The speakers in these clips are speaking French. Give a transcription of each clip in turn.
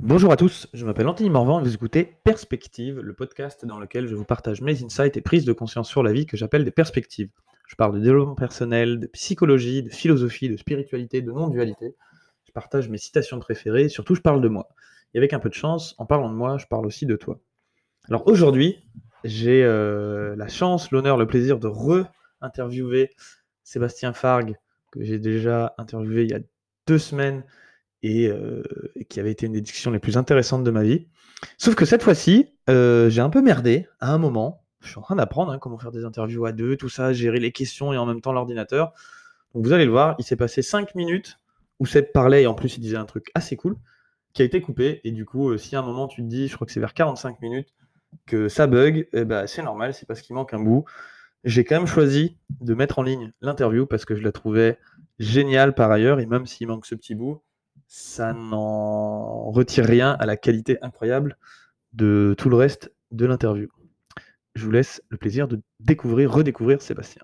Bonjour à tous, je m'appelle Anthony Morvan et vous écoutez Perspective, le podcast dans lequel je vous partage mes insights et prises de conscience sur la vie que j'appelle des perspectives. Je parle de développement personnel, de psychologie, de philosophie, de spiritualité, de non-dualité. Je partage mes citations préférées et surtout je parle de moi. Et avec un peu de chance, en parlant de moi, je parle aussi de toi. Alors aujourd'hui, j'ai la chance, l'honneur, le plaisir de re-interviewer Sébastien Fargue, que j'ai déjà interviewé il y a 2 semaines et qui avait été une des discussions les plus intéressantes de ma vie. Sauf que cette fois-ci, j'ai un peu merdé à un moment. Je suis en train d'apprendre comment faire des interviews à deux, tout ça, gérer les questions et en même temps l'ordinateur. Donc vous allez le voir, il s'est passé 5 minutes où Seb parlait et en plus il disait un truc assez cool qui a été coupé. Et du coup, si à un moment tu te dis, je crois que c'est vers 45 minutes, que ça bug, eh ben, c'est normal, c'est parce qu'il manque un bout. J'ai quand même choisi de mettre en ligne l'interview parce que je la trouvais géniale par ailleurs, et même s'il manque ce petit bout, ça n'en retire rien à la qualité incroyable de tout le reste de l'interview. Je vous laisse le plaisir de découvrir, redécouvrir Sébastien.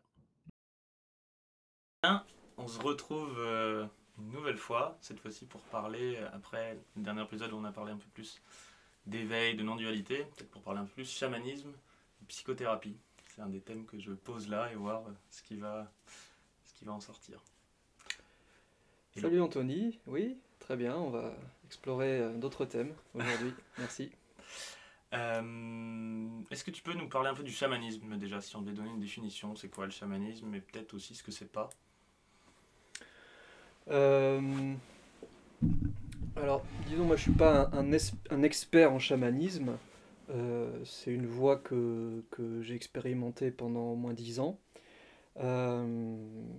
On se retrouve une nouvelle fois, cette fois-ci pour parler, après le dernier épisode où on a parlé un peu plus d'éveil, de non-dualité, peut-être pour parler un peu plus chamanisme et psychothérapie. C'est un des thèmes que je pose là et voir ce qui va en sortir. Hello. Salut Anthony, oui, très bien, on va explorer d'autres thèmes aujourd'hui, merci. Est-ce que tu peux nous parler un peu du chamanisme déjà, si on devait donner une définition, c'est quoi le chamanisme, et peut-être aussi ce que c'est pas? Alors, disons, moi je suis pas un expert en chamanisme, c'est une voie que j'ai expérimentée pendant au moins 10 ans. Euh,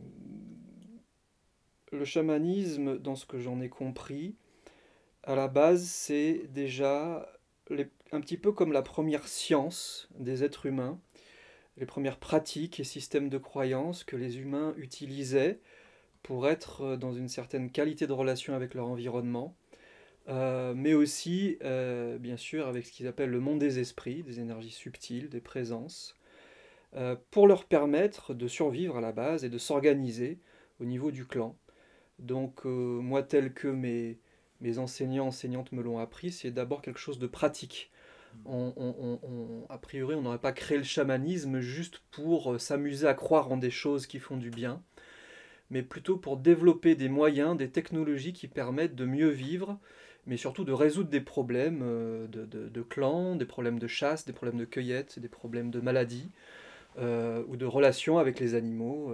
le chamanisme, dans ce que j'en ai compris, à la base, c'est déjà un petit peu comme la première science des êtres humains, les premières pratiques et systèmes de croyances que les humains utilisaient pour être dans une certaine qualité de relation avec leur environnement, mais aussi, bien sûr, avec ce qu'ils appellent le monde des esprits, des énergies subtiles, des présences, pour leur permettre de survivre à la base et de s'organiser au niveau du clan. Donc, moi, tel que mes enseignants, enseignantes me l'ont appris, c'est d'abord quelque chose de pratique. A priori, on n'aurait pas créé le chamanisme juste pour s'amuser à croire en des choses qui font du bien, mais plutôt pour développer des moyens, des technologies qui permettent de mieux vivre, mais surtout de résoudre des problèmes de clans, des problèmes de chasse, des problèmes de cueillette, des problèmes de maladie, ou de relations avec les animaux,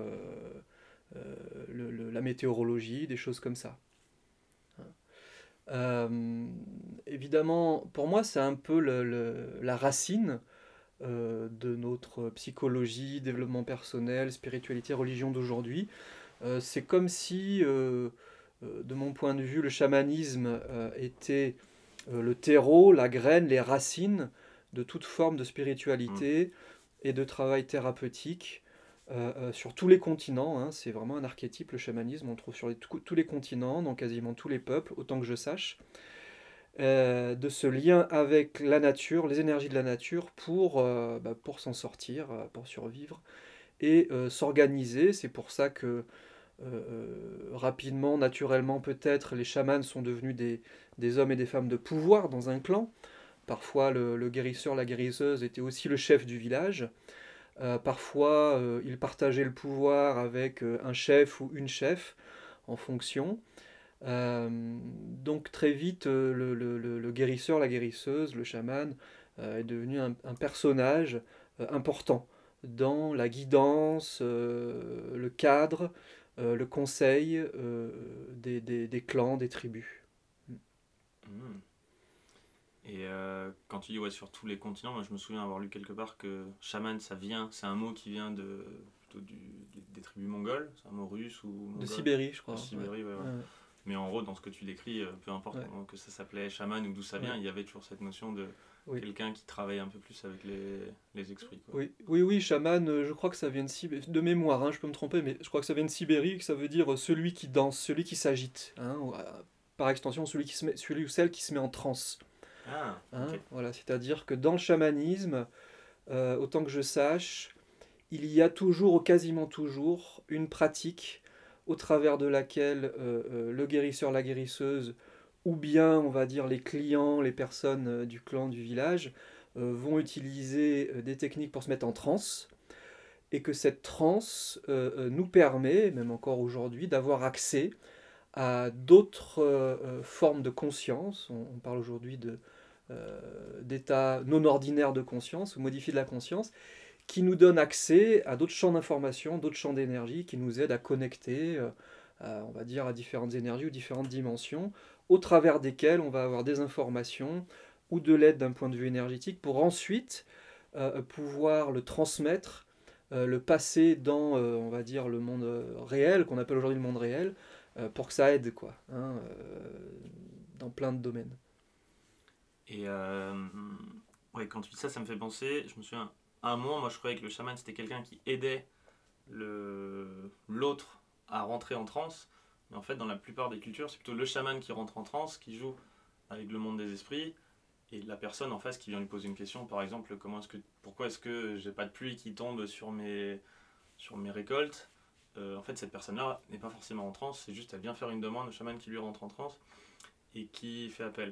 la météorologie, des choses comme ça. Évidemment, pour moi, c'est un peu la racine de notre psychologie, développement personnel, spiritualité, religion d'aujourd'hui. C'est comme si, de mon point de vue, le chamanisme était le terreau, la graine, les racines de toute forme de spiritualité et de travail thérapeutique sur tous les continents. Hein. C'est vraiment un archétype, le chamanisme, on le trouve sur tous les continents, dans quasiment tous les peuples, autant que je sache. De ce lien avec la nature, les énergies de la nature pour s'en sortir, pour survivre et s'organiser. C'est pour ça que rapidement, naturellement peut-être, les chamans sont devenus des hommes et des femmes de pouvoir dans un clan. Parfois, le guérisseur, la guérisseuse était aussi le chef du village. Parfois, il partageait le pouvoir avec un chef ou une chef en fonction. Donc très vite, le guérisseur, la guérisseuse, le chaman est devenu un personnage important dans la guidance, le cadre, le conseil des clans, des tribus. Mm. Et quand tu dis ouais, sur tous les continents, moi je me souviens avoir lu quelque part que chaman, c'est un mot qui vient plutôt des tribus mongoles, c'est un mot russe ou mongol. De Sibérie, je crois. De Sibérie, ouais. Ouais. Mais en gros, dans ce que tu décris, peu importe que ça s'appelait chaman ou d'où ça vient, il y avait toujours cette notion de quelqu'un qui travaille un peu plus avec les esprits. Quoi. Oui, chaman, je crois que ça vient de Sibérie, de mémoire, hein, je peux me tromper, mais je crois que ça vient de Sibérie, que ça veut dire celui qui danse, celui qui s'agite, hein, ou, par extension, celui ou celle qui se met en transe. Ah, Hein, ok. voilà, c'est-à-dire que dans le chamanisme, autant que je sache, il y a toujours, ou quasiment toujours, une pratique au travers de laquelle le guérisseur, la guérisseuse, ou bien, on va dire, les clients, les personnes du clan, du village, vont utiliser des techniques pour se mettre en transe, et que cette transe nous permet, même encore aujourd'hui, d'avoir accès à d'autres formes de conscience. On parle aujourd'hui d'états non ordinaires de conscience, ou modifiés de la conscience, qui nous donnent accès à d'autres champs d'information, d'autres champs d'énergie, qui nous aident à connecter, on va dire, à différentes énergies ou différentes dimensions, au travers desquelles on va avoir des informations ou de l'aide d'un point de vue énergétique pour ensuite pouvoir le transmettre, le passer dans, on va dire, le monde réel, qu'on appelle aujourd'hui le monde réel, pour que ça aide, quoi, hein, dans plein de domaines. Et ouais, quand tu dis ça, ça me fait penser, je me souviens, à un moment, moi je croyais que le chaman c'était quelqu'un qui aidait l'autre à rentrer en transe, mais en fait dans la plupart des cultures, c'est plutôt le chaman qui rentre en transe, qui joue avec le monde des esprits, et la personne en face qui vient lui poser une question, par exemple, pourquoi est-ce que j'ai pas de pluie qui tombe sur mes récoltes. En fait, cette personne-là n'est pas forcément en transe, c'est juste elle vient faire une demande au chaman qui lui rentre en transe et qui fait appel.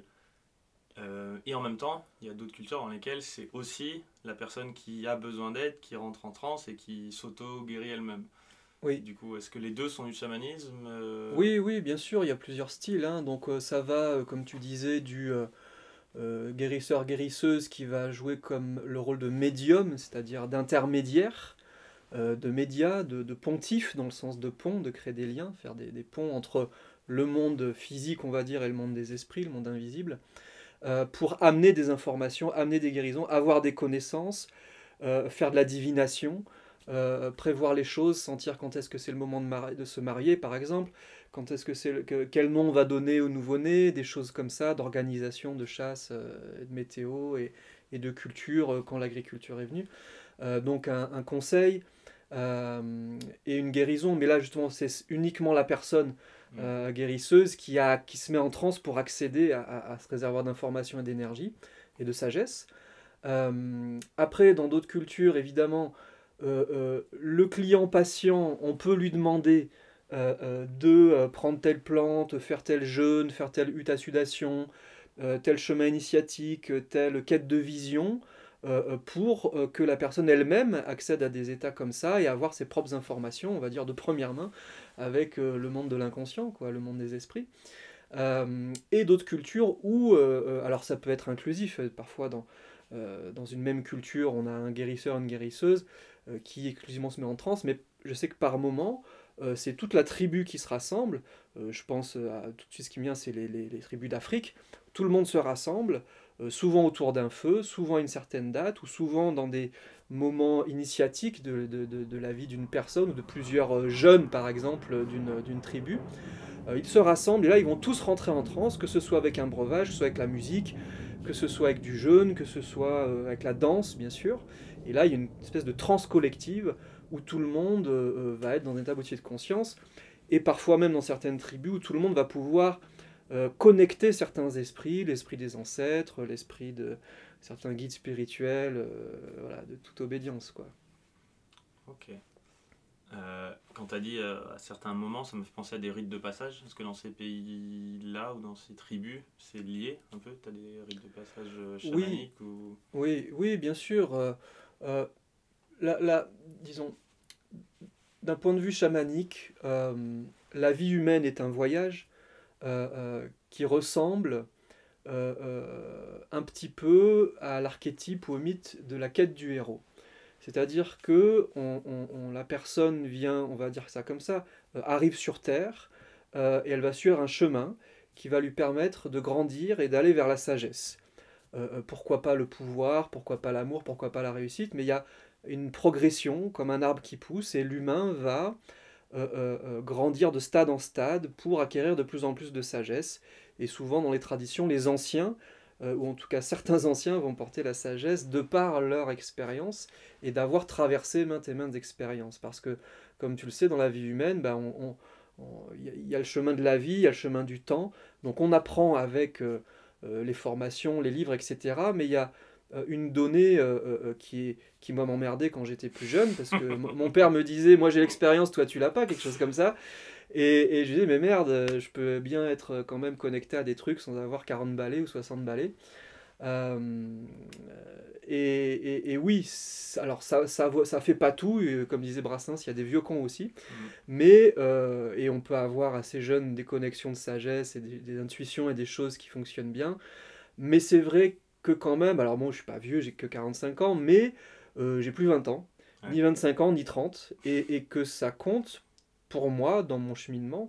Et en même temps, il y a d'autres cultures dans lesquelles c'est aussi la personne qui a besoin d'aide, qui rentre en transe et qui s'auto-guérit elle-même. Oui. Du coup, est-ce que les deux sont du chamanisme Oui, oui, bien sûr, il y a plusieurs styles, hein. Donc ça va, comme tu disais, du guérisseur-guérisseuse qui va jouer comme le rôle de médium, c'est-à-dire d'intermédiaire, de média, de pontife, dans le sens de pont, de créer des liens, faire des ponts entre le monde physique, on va dire, et le monde des esprits, le monde invisible, pour amener des informations, amener des guérisons, avoir des connaissances, faire de la divination, prévoir les choses, sentir quand est-ce que c'est le moment de se marier, par exemple, quand est-ce que quel nom on va donner au nouveau-né, des choses comme ça, d'organisation, de chasse, de météo et de culture quand l'agriculture est venue. Donc un conseil et une guérison, mais là justement c'est uniquement la personne guérisseuse qui se met en transe pour accéder à ce réservoir d'information et d'énergie et de sagesse. Après, dans d'autres cultures, évidemment, le client patient, on peut lui demander de prendre telle plante, faire tel jeûne, faire telle utasudation, tel chemin initiatique, telle quête de vision, pour que la personne elle-même accède à des états comme ça et avoir ses propres informations, on va dire de première main, avec le monde de l'inconscient, quoi, le monde des esprits. Et d'autres cultures où, alors ça peut être inclusif, parfois dans une même culture, on a un guérisseur, une guérisseuse qui exclusivement se met en transe, mais je sais que par moment, c'est toute la tribu qui se rassemble. Je pense à tout de suite ce qui me vient, c'est les tribus d'Afrique. Tout le monde se rassemble, souvent autour d'un feu, souvent à une certaine date, ou souvent dans des moments initiatiques de la vie d'une personne ou de plusieurs jeunes, par exemple, d'une tribu. Ils se rassemblent et là ils vont tous rentrer en transe, que ce soit avec un breuvage, que ce soit avec la musique, que ce soit avec du jeûne, que ce soit avec la danse bien sûr. Et là il y a une espèce de transe collective où tout le monde va être dans un état modifié de conscience, et parfois même dans certaines tribus où tout le monde va pouvoir connecter certains esprits, l'esprit des ancêtres, l'esprit de certains guides spirituels, voilà, de toute obédience, quoi. Ok. Quand tu as dit à certains moments, ça me fait penser à des rites de passage. Est-ce que dans ces pays-là ou dans ces tribus, c'est lié un peu? Tu as des rites de passage Oui, chamaniques ou... oui, oui, bien sûr. Euh, disons, d'un point de vue chamanique, la vie humaine est un voyage qui ressemble un petit peu à l'archétype ou au mythe de la quête du héros. C'est-à-dire que la personne vient, on va dire ça comme ça, arrive sur Terre et elle va suivre un chemin qui va lui permettre de grandir et d'aller vers la sagesse. Pourquoi pas le pouvoir, pourquoi pas l'amour, pourquoi pas la réussite, mais il y a une progression comme un arbre qui pousse et l'humain va grandir de stade en stade pour acquérir de plus en plus de sagesse. Et souvent dans les traditions, les anciens, ou en tout cas certains anciens, vont porter la sagesse de par leur expérience et d'avoir traversé maintes et maintes expériences. Parce que, comme tu le sais, dans la vie humaine, bah, il y a le chemin de la vie, il y a le chemin du temps. Donc on apprend avec les formations, les livres, etc. Mais il y a une donnée qui moi m'emmerdait quand j'étais plus jeune, parce que mon père me disait, moi j'ai l'expérience, toi tu l'as pas, quelque chose comme ça. Et je disais, mais merde, je peux bien être quand même connecté à des trucs sans avoir 40 balais ou 60 balais. Euh, et oui, alors ça fait pas tout, comme disait Brassens, il y a des vieux cons aussi, mais et on peut avoir assez jeune des connexions de sagesse et des intuitions et des choses qui fonctionnent bien, mais c'est vrai que quand même, alors bon, je suis pas vieux, j'ai que 45 ans, mais j'ai plus 20 ans, ni 25 ans, ni 30, et que ça compte pour moi dans mon cheminement,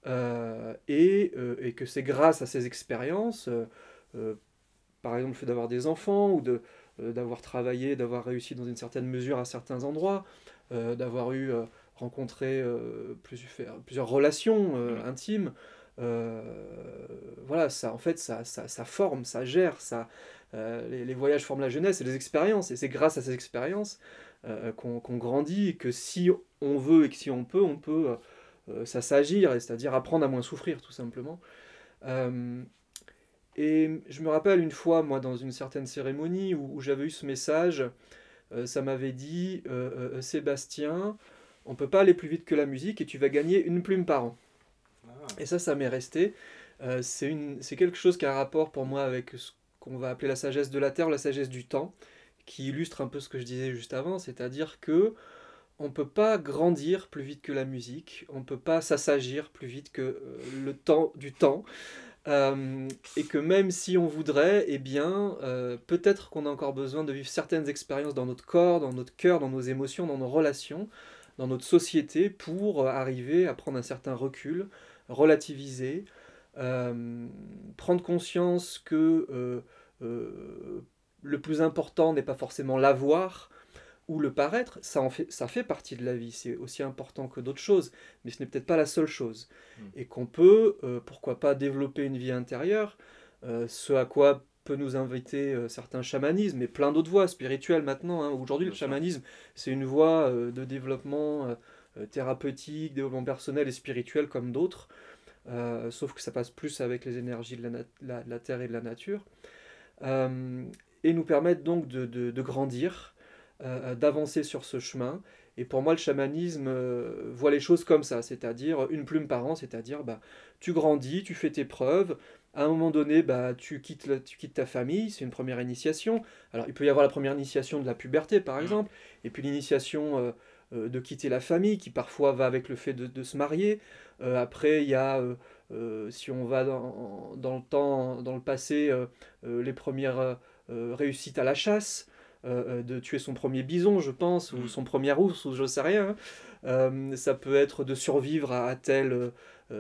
et que c'est grâce à ces expériences, euh, par exemple le fait d'avoir des enfants, ou d'avoir travaillé, d'avoir réussi dans une certaine mesure à certains endroits, d'avoir rencontré plusieurs relations intimes. euh, voilà, ça, en fait, ça forme, ça gère, les voyages forment la jeunesse et les expériences. Et c'est grâce à ces expériences qu'on grandit, et que si on veut et que si on peut ça s'agir, c'est-à-dire apprendre à moins souffrir, tout simplement. Euh, et je me rappelle une fois, moi, dans une certaine cérémonie où j'avais eu ce message, ça m'avait dit Sébastien, on peut pas aller plus vite que la musique et tu vas gagner une plume par an. Et ça m'est resté. C'est quelque chose qui a un rapport pour moi avec ce qu'on va appeler la sagesse de la terre, la sagesse du temps, qui illustre un peu ce que je disais juste avant, c'est-à-dire que on peut pas grandir plus vite que la musique, on peut pas s'assagir plus vite que le temps du temps. Et que même si on voudrait, eh bien, peut-être qu'on a encore besoin de vivre certaines expériences dans notre corps, dans notre cœur, dans nos émotions, dans nos relations, dans notre société, pour arriver à prendre un certain recul, relativiser, prendre conscience que le plus important n'est pas forcément l'avoir, ou le paraître, ça fait partie de la vie, c'est aussi important que d'autres choses, mais ce n'est peut-être pas la seule chose. Et qu'on peut, pourquoi pas, développer une vie intérieure, ce à quoi peut nous inviter certains chamanismes, et plein d'autres voies spirituelles maintenant. Hein. Aujourd'hui, le chamanisme, c'est une voie de développement thérapeutique, développement personnel et spirituel comme d'autres, sauf que ça passe plus avec les énergies de la terre et de la nature, euh, et nous permettent donc de grandir, d'avancer sur ce chemin. Et pour moi, le chamanisme voit les choses comme ça, c'est-à-dire une plume par an, c'est-à-dire bah, tu grandis, tu fais tes preuves, à un moment donné, bah, tu quittes ta famille, c'est une première initiation. Alors il peut y avoir la première initiation de la puberté, par exemple, et puis l'initiation de quitter la famille, qui parfois va avec le fait de se marier. Après, il y a, si on va dans le temps, dans le passé, les premières réussites à la chasse, de tuer son premier bison, je pense, ou son premier ours, ou je sais rien. Ça peut être de survivre à telle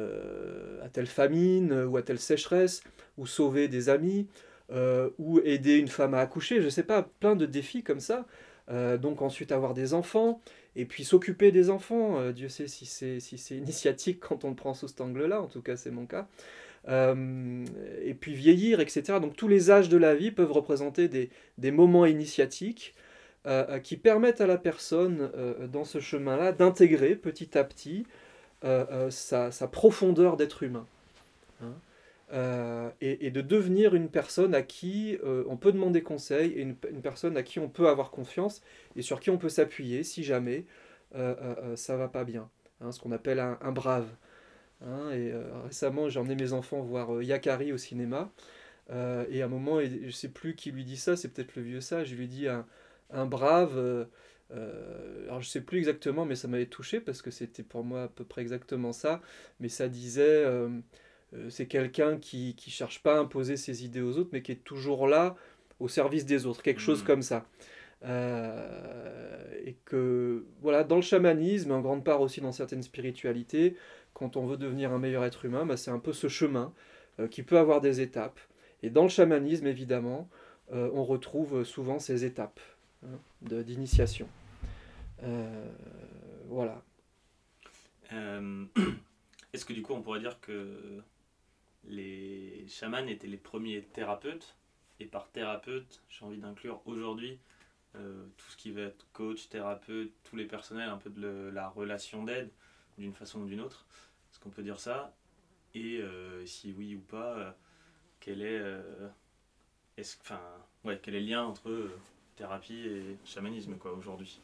famine, ou à telle sécheresse, ou sauver des amis, ou aider une femme à accoucher, je sais pas, plein de défis comme ça. Donc ensuite avoir des enfants, et puis s'occuper des enfants. Dieu sait si c'est initiatique quand on le prend sous cet angle-là, en tout cas c'est mon cas. Et puis vieillir, etc. Donc tous les âges de la vie peuvent représenter des moments initiatiques qui permettent à la personne dans ce chemin-là d'intégrer petit à petit sa profondeur d'être humain. Hein. Et de devenir une personne à qui on peut demander conseil, et une personne à qui on peut avoir confiance et sur qui on peut s'appuyer si jamais ça va pas bien. Hein, ce qu'on appelle un brave. Hein, et récemment, j'ai emmené mes enfants voir Yakari au cinéma. Et à un moment, je ne sais plus qui lui dit ça, c'est peut-être le vieux sage, je lui dis un brave. Alors je ne sais plus exactement, mais ça m'avait touché parce que c'était pour moi à peu près exactement ça. Mais ça disait, c'est quelqu'un qui ne cherche pas à imposer ses idées aux autres, mais qui est toujours là au service des autres, quelque chose comme ça. Et que voilà, dans le chamanisme, en grande part aussi dans certaines spiritualités, quand on veut devenir un meilleur être humain, bah, c'est un peu ce chemin qui peut avoir des étapes. Et dans le chamanisme, évidemment, on retrouve souvent ces étapes hein, d'initiation. Voilà. Est-ce que du coup on pourrait dire que les chamans étaient les premiers thérapeutes, et par thérapeute, j'ai envie d'inclure aujourd'hui tout ce qui va être coach, thérapeute, tous les personnels un peu de la relation d'aide d'une façon ou d'une autre. Est-ce qu'on peut dire ça? Et si oui ou pas, quel est, ouais, quel est le lien entre thérapie et chamanisme quoi, aujourd'hui?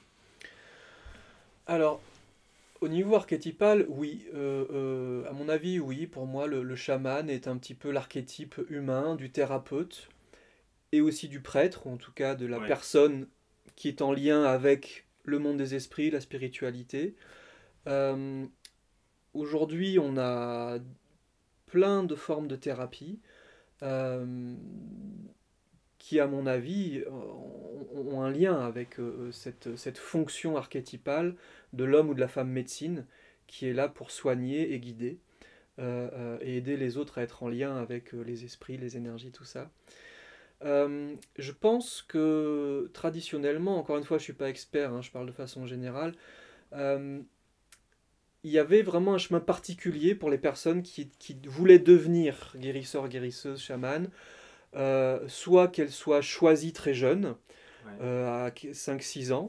Alors, au niveau archétypal, oui. À mon avis, oui. Pour moi, le chaman est un petit peu l'archétype humain du thérapeute et aussi du prêtre, ou en tout cas de la Ouais, personne qui est en lien avec le monde des esprits, la spiritualité. Euh, Aujourd'hui, on a plein de formes de thérapie euh, qui, à mon avis, ont un lien avec cette fonction archétypale de l'homme ou de la femme médecine qui est là pour soigner et guider et aider les autres à être en lien avec les esprits, les énergies, tout ça. Je pense que traditionnellement, encore une fois, je ne suis pas expert, hein, je parle de façon générale, euh, il y avait vraiment un chemin particulier pour les personnes qui voulaient devenir guérisseurs, guérisseuses, chamanes, soit qu'elles soient choisies très jeunes, ouais. à 5 6 ans,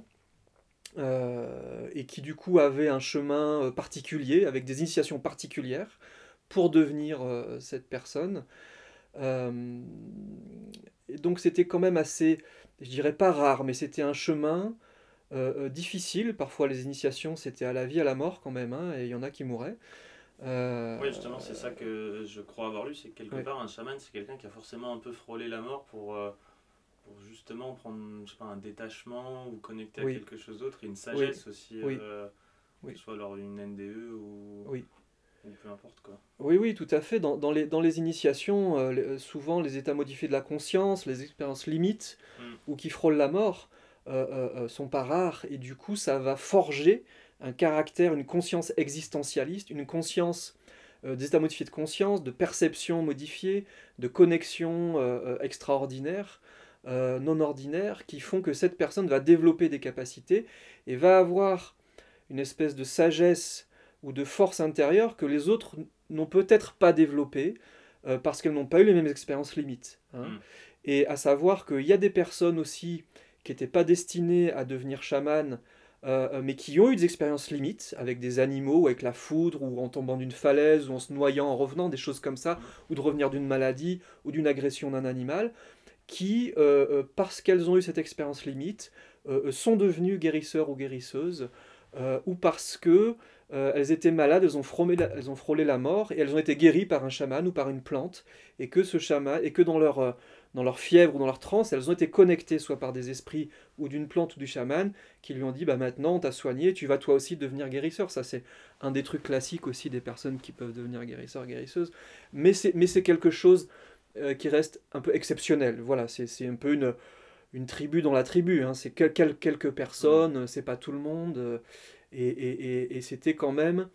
et qui du coup avaient un chemin particulier, avec des initiations particulières, pour devenir cette personne. Euh, et donc c'était quand même assez, je dirais pas rare, mais c'était un chemin difficile. Parfois les initiations c'était à la vie, à la mort quand même, hein, et il y en a qui mouraient. Euh, Oui, justement, c'est ça que je crois avoir lu, c'est que quelque ouais. part, un chaman, c'est quelqu'un qui a forcément un peu frôlé la mort pour justement prendre, je sais pas, un détachement ou connecter à Oui, quelque chose d'autre, et une oui, sagesse aussi, oui, que oui, ce soit lors d'une NDE oui. ou peu importe quoi. Oui, oui, tout à fait. Dans les initiations, souvent les états modifiés de la conscience, les expériences limites Hmm, ou qui frôlent la mort sont pas rares et du coup ça va forger un caractère, une conscience existentialiste, une conscience des états modifiés de conscience, de perception modifiée, de connexion extraordinaire, non ordinaire, qui font que cette personne va développer des capacités et va avoir une espèce de sagesse ou de force intérieure que les autres n'ont peut-être pas développée parce qu'elles n'ont pas eu les mêmes expériences limites, hein. hmm, Et à savoir qu'il y a des personnes aussi qui n'étaient pas destinées à devenir chamanes, mais qui ont eu des expériences limites avec des animaux, ou avec la foudre, ou en tombant d'une falaise, ou en se noyant en revenant, des choses comme ça, hmm. ou de revenir d'une maladie, ou d'une agression d'un animal, qui, parce qu'elles ont eu cette expérience limite, sont devenues guérisseurs ou guérisseuses, ou parce que elles étaient malades, elles ont frôlé la mort, et elles ont été guéries par un chaman ou par une plante, et que ce chaman, et que dans leur fièvre ou dans leur transe, elles ont été connectées soit par des esprits ou d'une plante ou du chaman qui lui ont dit bah maintenant on t'a soigné, tu vas toi aussi devenir guérisseur. Ça c'est un des trucs classiques aussi des personnes qui peuvent devenir guérisseurs, guérisseuses. Mais c'est quelque chose qui reste un peu exceptionnel. Voilà, c'est un peu une tribu dans la tribu, hein. C'est quelques Hmm. personnes, c'est pas tout le monde. Et c'était quand même,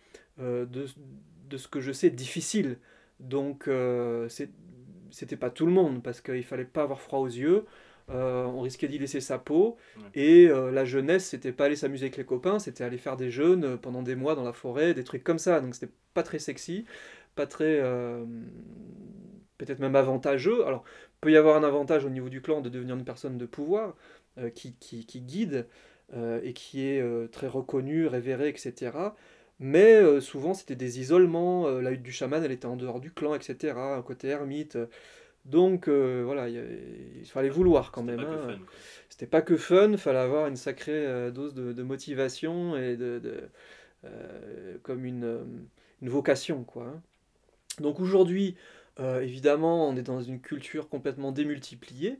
de ce que je sais, difficile. Donc c'était pas tout le monde, parce qu'il fallait pas avoir froid aux yeux. On risquait d'y laisser sa peau. Ouais. Et la jeunesse, c'était pas aller s'amuser avec les copains, c'était aller faire des jeûnes pendant des mois dans la forêt, des trucs comme ça. Donc c'était pas très sexy, pas très peut-être même avantageux. Alors, il peut y avoir un avantage au niveau du clan de devenir une personne de pouvoir qui guide et qui est très reconnue, révérée, etc. Mais souvent, c'était des isolements. La hutte du chaman, elle était en dehors du clan, etc. Un côté ermite. Donc, voilà, il fallait Ouais. vouloir quand C'était même, pas que hein. fun quoi. C'était pas que fun, il fallait avoir une sacrée dose de motivation et comme une vocation, quoi, hein. Donc aujourd'hui, évidemment, on est dans une culture complètement démultipliée.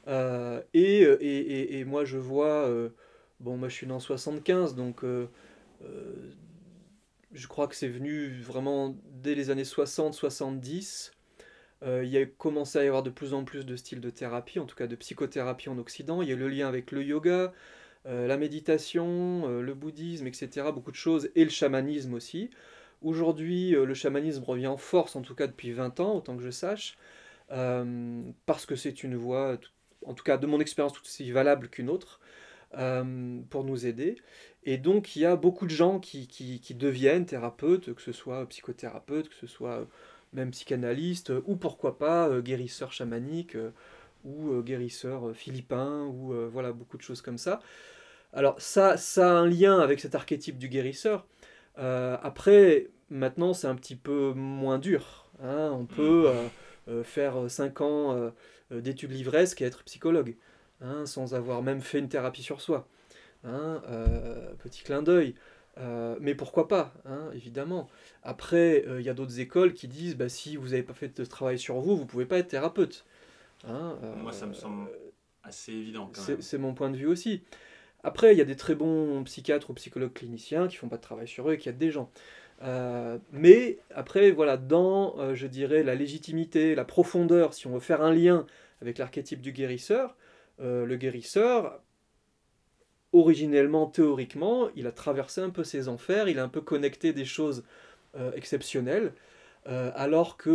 Et moi, je vois, bon, moi je suis né en 75, donc euh, je crois que c'est venu vraiment dès les années 60-70. Il y a commencé à y avoir de plus en plus de styles de thérapie, en tout cas de psychothérapie en Occident. Il y a le lien avec le yoga, la méditation, le bouddhisme, etc. Beaucoup de choses, et le chamanisme aussi. Aujourd'hui, le chamanisme revient en force, en tout cas depuis 20 ans, autant que je sache, parce que c'est une voie, en tout cas de mon expérience, tout aussi valable qu'une autre, pour nous aider. Et donc, il y a beaucoup de gens qui deviennent thérapeutes, que ce soit psychothérapeutes, que ce soit même psychanalystes, ou pourquoi pas guérisseurs chamaniques, ou guérisseurs philippins, ou voilà, beaucoup de choses comme ça. Alors ça a un lien avec cet archétype du guérisseur. Après, maintenant, c'est un petit peu moins dur, hein. On Hmm. peut faire 5 ans d'études livresques et être psychologue, hein, sans avoir même fait une thérapie sur soi. Hein, petit clin d'œil. Mais pourquoi pas, hein, évidemment. Après, il y a d'autres écoles qui disent bah, si vous n'avez pas fait de travail sur vous, vous ne pouvez pas être thérapeute. Hein, Moi, ça me semble assez évident quand même. c'est mon point de vue aussi. Après, il y a des très bons psychiatres ou psychologues cliniciens qui font pas de travail sur eux et qui aident des gens. Mais après, voilà, dans, je dirais, la légitimité, la profondeur, si on veut faire un lien avec l'archétype du guérisseur, le guérisseur, originellement, théoriquement, il a traversé un peu ses enfers, il a un peu connecté des choses exceptionnelles, alors que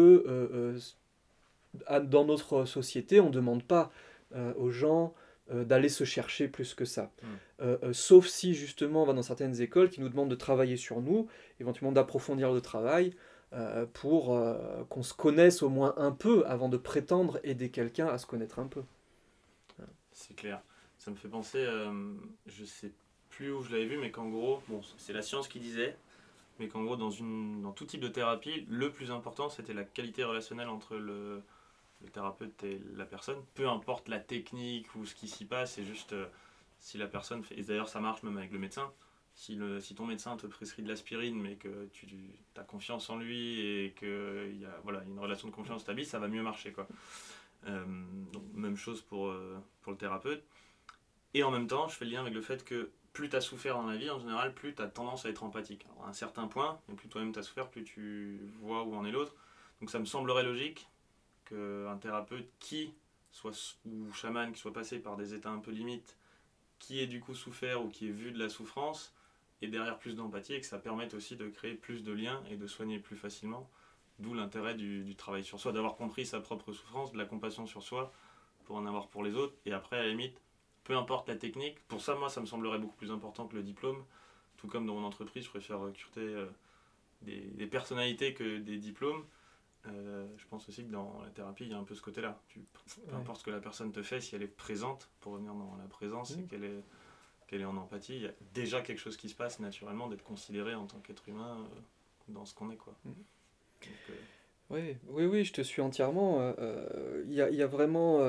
dans notre société, on ne demande pas aux gens d'aller se chercher plus que ça. Sauf si justement on va dans certaines écoles qui nous demandent de travailler sur nous, éventuellement d'approfondir le travail, pour qu'on se connaisse au moins un peu avant de prétendre aider quelqu'un à se connaître un peu. C'est clair. Ça me fait penser, je sais plus où je l'avais vu, mais qu'en gros, bon, c'est la science qui disait, mais qu'en gros, dans tout type de thérapie, le plus important, c'était la qualité relationnelle entre le thérapeute et la personne. Peu importe la technique ou ce qui s'y passe, c'est juste si la personne fait... Et d'ailleurs, ça marche même avec le médecin. Si ton médecin te prescrit de l'aspirine, mais que tu as confiance en lui et qu'il y a voilà, une relation de confiance établie, ça va mieux marcher, quoi. Donc, même chose pour le thérapeute. Et en même temps, je fais le lien avec le fait que plus tu as souffert dans la vie, en général, plus tu as tendance à être empathique. Alors, à un certain point, mais plus toi-même tu as souffert, plus tu vois où en est l'autre. Donc ça me semblerait logique qu'un thérapeute ou chaman qui soit passé par des états un peu limites, qui ait du coup souffert ou qui ait vu de la souffrance, et derrière plus d'empathie, et que ça permette aussi de créer plus de liens et de soigner plus facilement. D'où l'intérêt du travail sur soi, d'avoir compris sa propre souffrance, de la compassion sur soi, pour en avoir pour les autres. Et après, à la limite, peu importe la technique, pour ça, moi, ça me semblerait beaucoup plus important que le diplôme. Tout comme dans mon entreprise, je préfère recruter des personnalités que des diplômes. Je pense aussi que dans la thérapie, il y a un peu ce côté-là. Peu importe ce que la personne te fait, si elle est présente, pour revenir dans la présence, et qu'elle est en empathie, il y a déjà quelque chose qui se passe naturellement d'être considéré en tant qu'être humain dans ce qu'on est, quoi. Donc, Oui, je te suis entièrement. Il y a vraiment...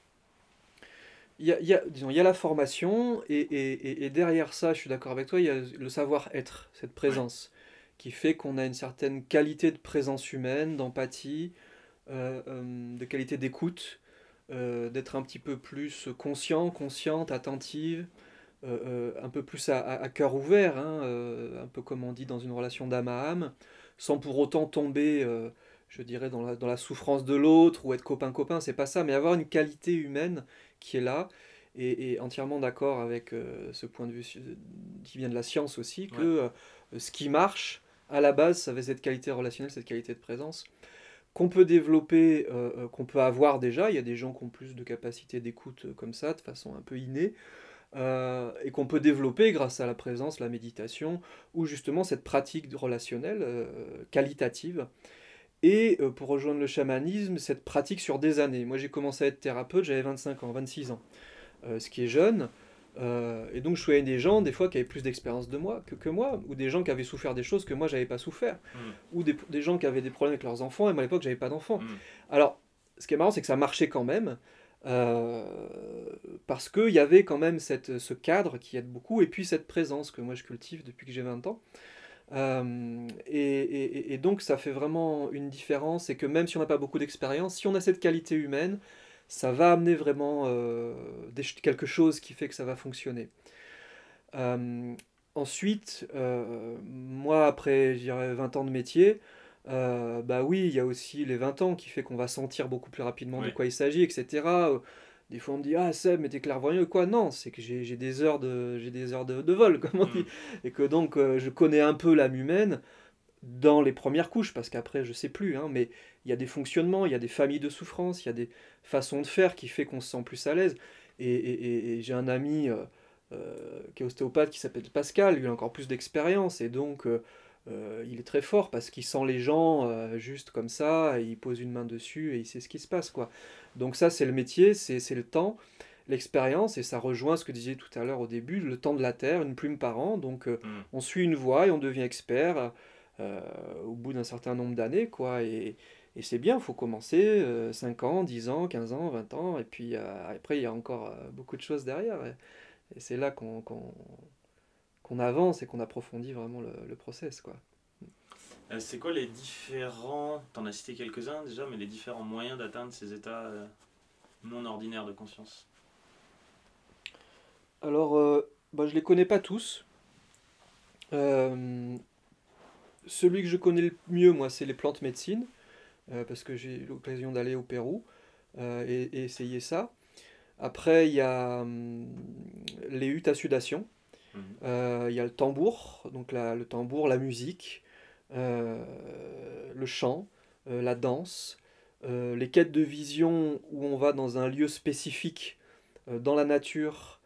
disons, il y a la formation et derrière ça, je suis d'accord avec toi, il y a le savoir-être, cette présence, qui fait qu'on a une certaine qualité de présence humaine, d'empathie, de qualité d'écoute, d'être un petit peu plus conscient, consciente, attentive, un peu plus à cœur ouvert, hein, un peu comme on dit dans une relation d'âme à âme, sans pour autant tomber, je dirais, dans la souffrance de l'autre ou être copain-copain, c'est pas ça, mais avoir une qualité humaine qui est là, et entièrement d'accord avec ce point de vue qui vient de la science aussi, que ce qui marche, à la base, ça va être cette qualité relationnelle, cette qualité de présence, qu'on peut développer, qu'on peut avoir déjà. Il y a des gens qui ont plus de capacité d'écoute comme ça, de façon un peu innée, et qu'on peut développer grâce à la présence, la méditation, ou justement cette pratique relationnelle qualitative. Et pour rejoindre le chamanisme, cette pratique sur des années. Moi j'ai commencé à être thérapeute, j'avais 25 ans, 26 ans, ce qui est jeune. Et donc je voyais des gens, des fois, qui avaient plus d'expérience que moi, ou des gens qui avaient souffert des choses que moi j'avais pas souffert, ou des gens qui avaient des problèmes avec leurs enfants, et moi à l'époque j'avais pas d'enfants. Alors, ce qui est marrant, c'est que ça marchait quand même, parce qu'il y avait quand même ce cadre qui aide beaucoup, et puis cette présence que moi je cultive depuis que j'ai 20 ans. Et donc ça fait vraiment une différence, et que même si on n'a pas beaucoup d'expérience, si on a cette qualité humaine, ça va amener vraiment quelque chose qui fait que ça va fonctionner. Ensuite, moi après je dirais 20 ans de métier, bah oui, il y a aussi les 20 ans qui fait qu'on va sentir beaucoup plus rapidement de quoi il s'agit, etc. Des fois on me dit ah Seb mais t'es clairvoyant ou quoi? Non, c'est que j'ai des heures de vol comme on dit, et que donc je connais un peu l'âme humaine dans les premières couches, parce qu'après je sais plus, hein, mais il y a des fonctionnements, il y a des familles de souffrance, il y a des façons de faire qui fait qu'on se sent plus à l'aise. Et j'ai un ami qui est ostéopathe qui s'appelle Pascal, lui il a encore plus d'expérience, et donc il est très fort parce qu'il sent les gens juste comme ça, et il pose une main dessus et il sait ce qui se passe, quoi. Donc ça c'est le métier, c'est le temps, l'expérience, et ça rejoint ce que disais tout à l'heure au début, le temps de la Terre, une plume par an, donc on suit une voie et on devient expert au bout d'un certain nombre d'années, quoi, Et c'est bien, il faut commencer 5 ans, 10 ans, 15 ans, 20 ans, et puis après, il y a encore beaucoup de choses derrière. Et c'est là qu'on avance et qu'on approfondit vraiment le process, quoi. C'est quoi les différents, t'en as cité quelques-uns déjà, mais les différents moyens d'atteindre ces états non ordinaires de conscience? Alors, bah, je les connais pas tous. Euh, Celui que je connais le mieux, moi, c'est les plantes médecines, parce que j'ai eu l'occasion d'aller au Pérou et essayer ça. Après, il y a les huttes à sudation. Mhm. Il y a le tambour, donc le tambour, la musique, euh, le chant, la danse, les quêtes de vision où on va dans un lieu spécifique, dans la nature,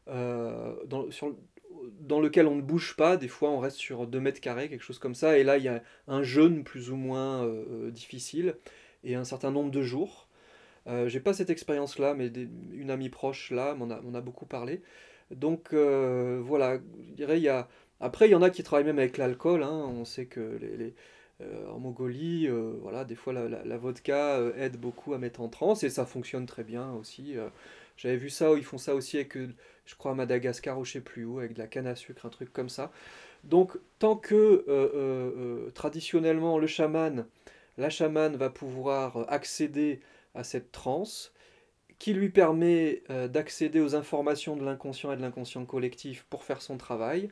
dans lequel on ne bouge pas. Des fois, on reste sur 2 mètres carrés, quelque chose comme ça. Et là, il y a un jeûne plus ou moins difficile et un certain nombre de jours. J'ai pas cette expérience-là, mais une amie proche là m'en a beaucoup parlé. Donc voilà, je dirais Après, il y en a qui travaillent même avec l'alcool, hein. On sait que en Mongolie, voilà, des fois la vodka aide beaucoup à mettre en transe et ça fonctionne très bien aussi. J'avais vu ça, ils font ça aussi avec, je crois, à Madagascar ou je sais plus où, avec de la canne à sucre, un truc comme ça. Donc, tant que traditionnellement la chamane va pouvoir accéder à cette transe, qui lui permet d'accéder aux informations de l'inconscient et de l'inconscient collectif pour faire son travail.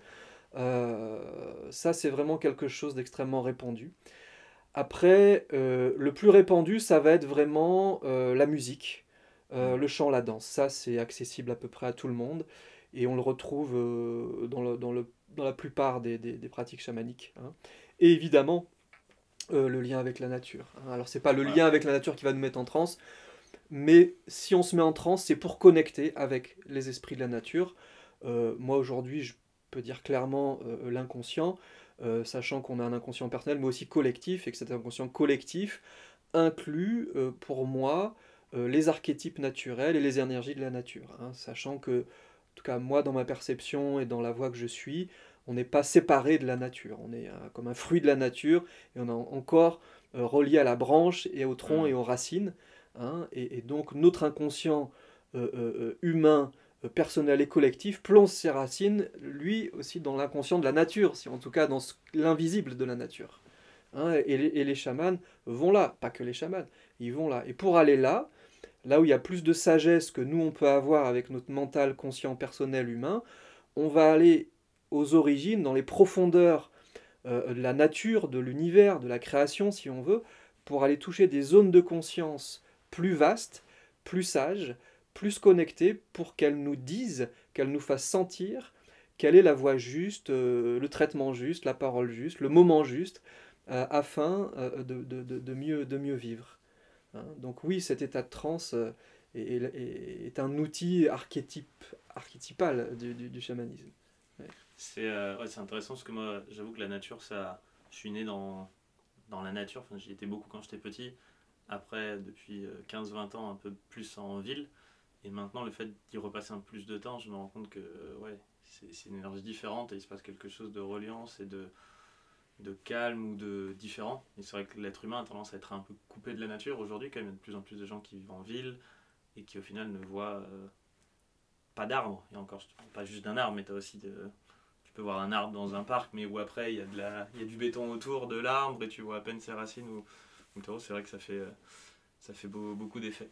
Ça, c'est vraiment quelque chose d'extrêmement répandu. Après, le plus répandu, ça va être vraiment la musique, Mhm. le chant, la danse. Ça, c'est accessible à peu près à tout le monde et on le retrouve dans la plupart des pratiques chamaniques, hein. Et évidemment, le lien avec la nature, hein. Alors, c'est pas le Ouais. lien avec la nature qui va nous mettre en transe, mais si on se met en transe, c'est pour connecter avec les esprits de la nature. Moi aujourd'hui, je peux dire clairement l'inconscient, sachant qu'on a un inconscient personnel, mais aussi collectif, et que cet inconscient collectif inclut pour moi les archétypes naturels et les énergies de la nature, hein, sachant que, en tout cas moi dans ma perception et dans la voie que je suis, on n'est pas séparé de la nature, on est comme un fruit de la nature, et on est encore relié à la branche et au tronc et Mhm. aux racines, hein, et donc notre inconscient humain, personnel et collectif plonge ses racines, lui aussi, dans l'inconscient de la nature, en tout cas dans l'invisible de la nature, hein, et les chamans vont là, pas que les chamans, ils vont là. Et pour aller là, là où il y a plus de sagesse que nous on peut avoir avec notre mental conscient personnel humain, on va aller aux origines, dans les profondeurs de la nature, de l'univers, de la création si on veut, pour aller toucher des zones de conscience plus vastes, plus sages, plus connectées, pour qu'elles nous disent, qu'elles nous fassent sentir quelle est la voie juste, le traitement juste, la parole juste, le moment juste, afin de mieux vivre, hein. Donc oui, cet état de transe est un outil archétypal du chamanisme. Ouais. C'est intéressant parce que moi, j'avoue que la nature, ça, je suis né dans la nature, enfin, j'y étais beaucoup quand j'étais petit. Après, depuis 15-20 ans, un peu plus en ville. Et maintenant, le fait d'y repasser un peu plus de temps, je me rends compte que ouais, c'est une énergie différente et il se passe quelque chose de reliance et de calme ou de différent. Et c'est vrai que l'être humain a tendance à être un peu coupé de la nature aujourd'hui, quand même. Il y a de plus en plus de gens qui vivent en ville et qui au final ne voient pas d'arbres. Et encore, je ne parle pas juste d'un arbre, mais tu as aussi tu peux voir un arbre dans un parc, mais où après il y a du béton autour de l'arbre et tu vois à peine ses racines. C'est vrai que ça fait beaucoup d'effets.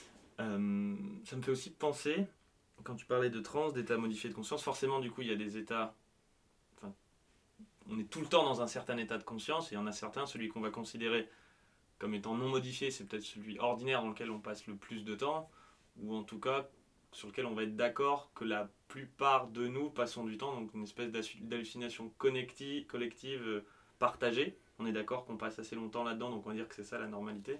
Ça me fait aussi penser, quand tu parlais de trans, d'état modifié de conscience, forcément du coup il y a des états, enfin, on est tout le temps dans un certain état de conscience et il y en a certains, celui qu'on va considérer comme étant non modifié, c'est peut-être celui ordinaire dans lequel on passe le plus de temps, ou en tout cas sur lequel on va être d'accord que la plupart de nous passons du temps, donc une espèce d'hallucination collective partagée. On est d'accord qu'on passe assez longtemps là-dedans, donc on va dire que c'est ça la normalité.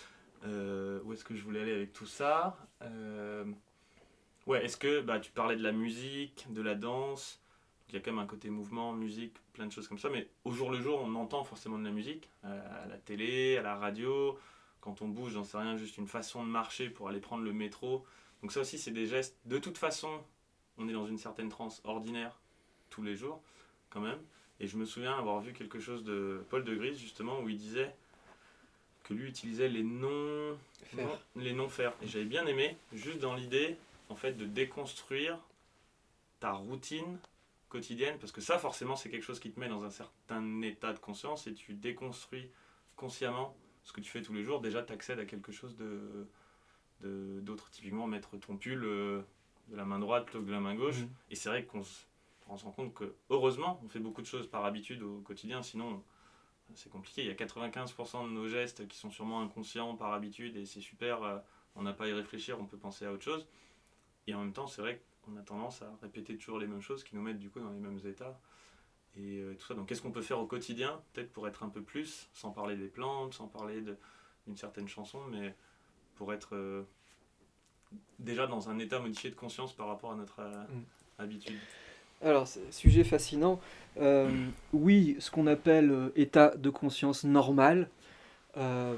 Où est-ce que je voulais aller avec tout ça? Ouais, est-ce que bah, tu parlais de la musique, de la danse, il y a quand même un côté mouvement, musique, plein de choses comme ça, mais au jour le jour, on entend forcément de la musique, à la télé, à la radio, quand on bouge, j'en sais rien, juste une façon de marcher pour aller prendre le métro. Donc ça aussi, c'est des gestes. De toute façon, on est dans une certaine transe ordinaire tous les jours, quand même. Et je me souviens avoir vu quelque chose de Paul de Gris, justement, où il disait que lui utilisait les non-faire. Et j'avais bien aimé, juste dans l'idée, en fait, de déconstruire ta routine quotidienne, parce que ça, forcément, c'est quelque chose qui te met dans un certain état de conscience, et tu déconstruis consciemment ce que tu fais tous les jours. Déjà, tu accèdes à quelque chose d'autre. Typiquement, mettre ton pull de la main droite plutôt que de la main gauche. Et c'est vrai qu'on se rend compte que, heureusement, on fait beaucoup de choses par habitude au quotidien, sinon c'est compliqué. Il y a 95% de nos gestes qui sont sûrement inconscients par habitude, et c'est super, on n'a pas à y réfléchir, on peut penser à autre chose. Et en même temps, c'est vrai qu'on a tendance à répéter toujours les mêmes choses qui nous mettent du coup dans les mêmes états. Et tout ça, donc qu'est-ce qu'on peut faire au quotidien, peut-être pour être un peu plus, sans parler des plantes, sans parler d'une certaine chanson, mais pour être déjà dans un état modifié de conscience par rapport à notre habitude. Alors, c'est un sujet fascinant. Oui, ce qu'on appelle état de conscience normal, on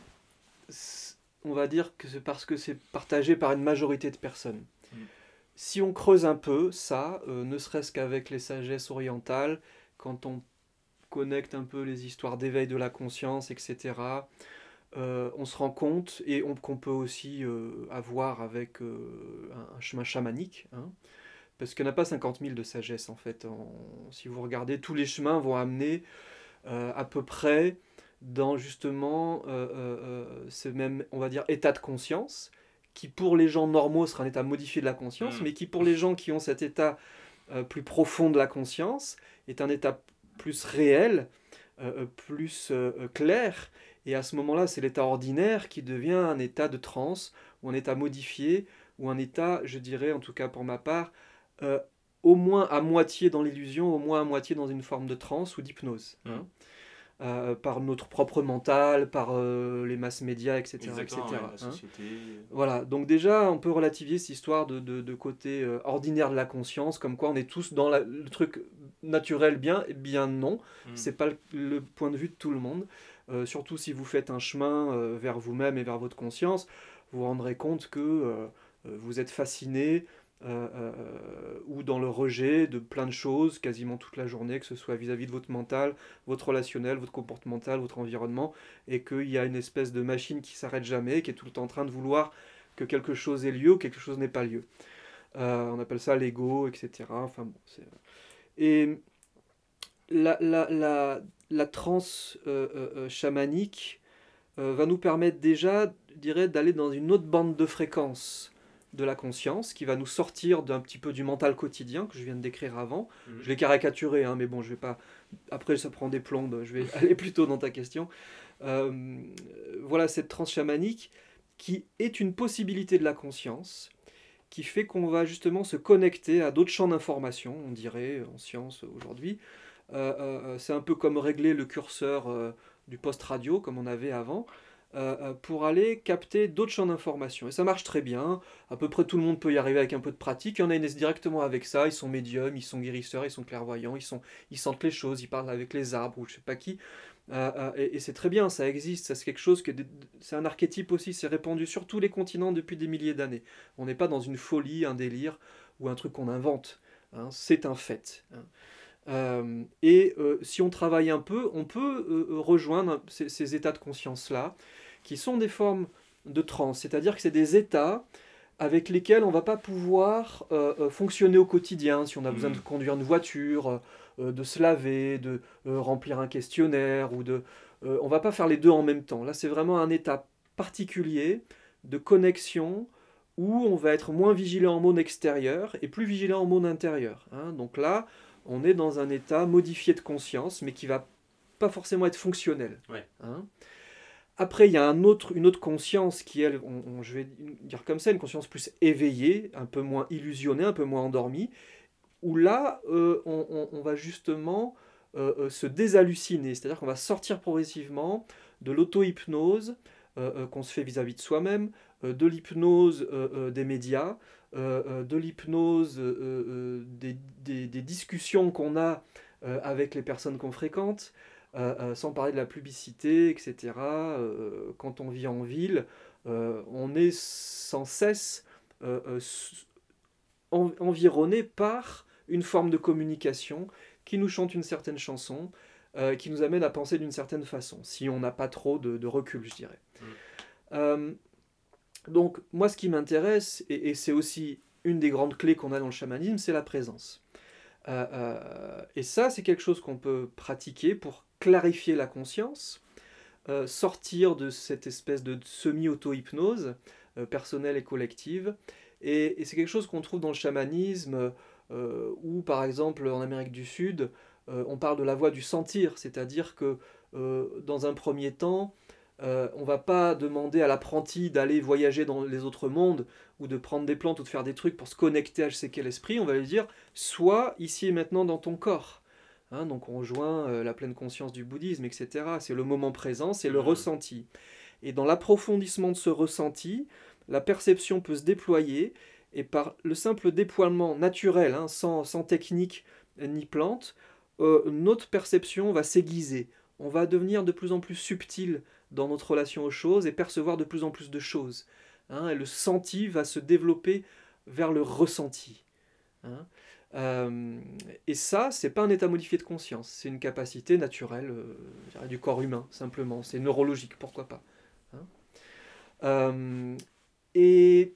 va dire que c'est parce que c'est partagé par une majorité de personnes. Si on creuse un peu ça, ne serait-ce qu'avec les sagesses orientales, quand on connecte un peu les histoires d'éveil de la conscience, etc., on se rend compte, et qu'on peut aussi avoir avec un chemin chamanique, hein, parce qu'il n'y en a pas 50 000 de sagesse en fait. Si vous regardez, tous les chemins vont amener à peu près dans justement ce même, on va dire, état de conscience, qui pour les gens normaux sera un état modifié de la conscience, mais qui pour les gens qui ont cet état plus profond de la conscience est un état plus réel, plus clair, et à ce moment-là c'est l'état ordinaire qui devient un état de transe, ou un état modifié, ou un état, je dirais en tout cas pour ma part, au moins à moitié dans l'illusion, au moins à moitié dans une forme de transe ou d'hypnose. Par notre propre mental, par les masses médias, etc. Exactement, etc. la société. Voilà, donc déjà, on peut relativiser cette histoire de côté ordinaire de la conscience, comme quoi on est tous dans le truc naturel bien, et bien non. C'est pas le point de vue de tout le monde. Surtout si vous faites un chemin vers vous-même et vers votre conscience, vous vous rendrez compte que vous êtes fasciné, ou dans le rejet de plein de choses quasiment toute la journée, que ce soit vis-à-vis de votre mental, votre relationnel, votre comportemental, votre environnement, et qu'il y a une espèce de machine qui s'arrête jamais, qui est tout le temps en train de vouloir que quelque chose ait lieu ou quelque chose n'ait pas lieu. On appelle ça l'ego, etc. Enfin, bon, et la transe chamanique va nous permettre déjà, je dirais, d'aller dans une autre bande de fréquence de la conscience, qui va nous sortir d'un petit peu du mental quotidien que je viens de décrire avant. Je l'ai caricaturé, hein, mais bon, je vais pas... Après, ça prend des plombes, je vais aller plutôt dans ta question. Voilà cette transe chamanique qui est une possibilité de la conscience, qui fait qu'on va justement se connecter à d'autres champs d'information, on dirait, en science aujourd'hui. C'est un peu comme régler le curseur du poste radio, comme on avait avant, pour aller capter d'autres champs d'information. Et ça marche très bien, à peu près tout le monde peut y arriver avec un peu de pratique. Il y en a qui naissent directement avec ça, ils sont médiums, ils sont guérisseurs, ils sont clairvoyants, ils sentent les choses, ils parlent avec les arbres ou je sais pas qui. Et c'est très bien, ça existe, ça, c'est quelque chose c'est un archétype aussi, c'est répandu sur tous les continents depuis des milliers d'années. On n'est pas dans une folie, un délire ou un truc qu'on invente, hein, c'est un fait. Si on travaille un peu, on peut rejoindre ces états de conscience-là, qui sont des formes de transe, c'est-à-dire que c'est des états avec lesquels on ne va pas pouvoir fonctionner au quotidien, si on a besoin de conduire une voiture, de se laver, de remplir un questionnaire, on ne va pas faire les deux en même temps. Là, c'est vraiment un état particulier de connexion où on va être moins vigilant en monde extérieur et plus vigilant en monde intérieur. Hein. Donc là, on est dans un état modifié de conscience, mais qui ne va pas forcément être fonctionnel. Ouais. Hein. Après, il y a une autre conscience qui, elle, je vais dire comme ça, une conscience plus éveillée, un peu moins illusionnée, un peu moins endormie, où là, on va justement se déshalluciner, c'est-à-dire qu'on va sortir progressivement de l'auto-hypnose qu'on se fait vis-à-vis de soi-même, de l'hypnose des médias, de l'hypnose des discussions qu'on a avec les personnes qu'on fréquente, sans parler de la publicité, etc. Quand on vit en ville, on est sans cesse environné par une forme de communication qui nous chante une certaine chanson, qui nous amène à penser d'une certaine façon, si on n'a pas trop de recul, je dirais. Euh, donc, moi, ce qui m'intéresse, et c'est aussi une des grandes clés qu'on a dans le chamanisme, c'est la présence. Et ça, c'est quelque chose qu'on peut pratiquer pour clarifier la conscience, sortir de cette espèce de semi-auto-hypnose personnelle et collective. Et c'est quelque chose qu'on trouve dans le chamanisme, où par exemple en Amérique du Sud, on parle de la voie du sentir, c'est-à-dire que dans un premier temps, on ne va pas demander à l'apprenti d'aller voyager dans les autres mondes ou de prendre des plantes ou de faire des trucs pour se connecter à je sais quel esprit. On va lui dire, sois ici et maintenant dans ton corps. Hein, donc on rejoint la pleine conscience du bouddhisme, etc. C'est le moment présent, c'est le ressenti. Et dans l'approfondissement de ce ressenti, la perception peut se déployer, et par le simple déploiement naturel, hein, sans technique ni plante, notre perception va s'aiguiser. On va devenir de plus en plus subtil dans notre relation aux choses et percevoir de plus en plus de choses. Hein, et le senti va se développer vers le ressenti. Hein. Et ça, c'est pas un état modifié de conscience, c'est une capacité naturelle je dirais, du corps humain, simplement. C'est neurologique, pourquoi pas. Hein. Et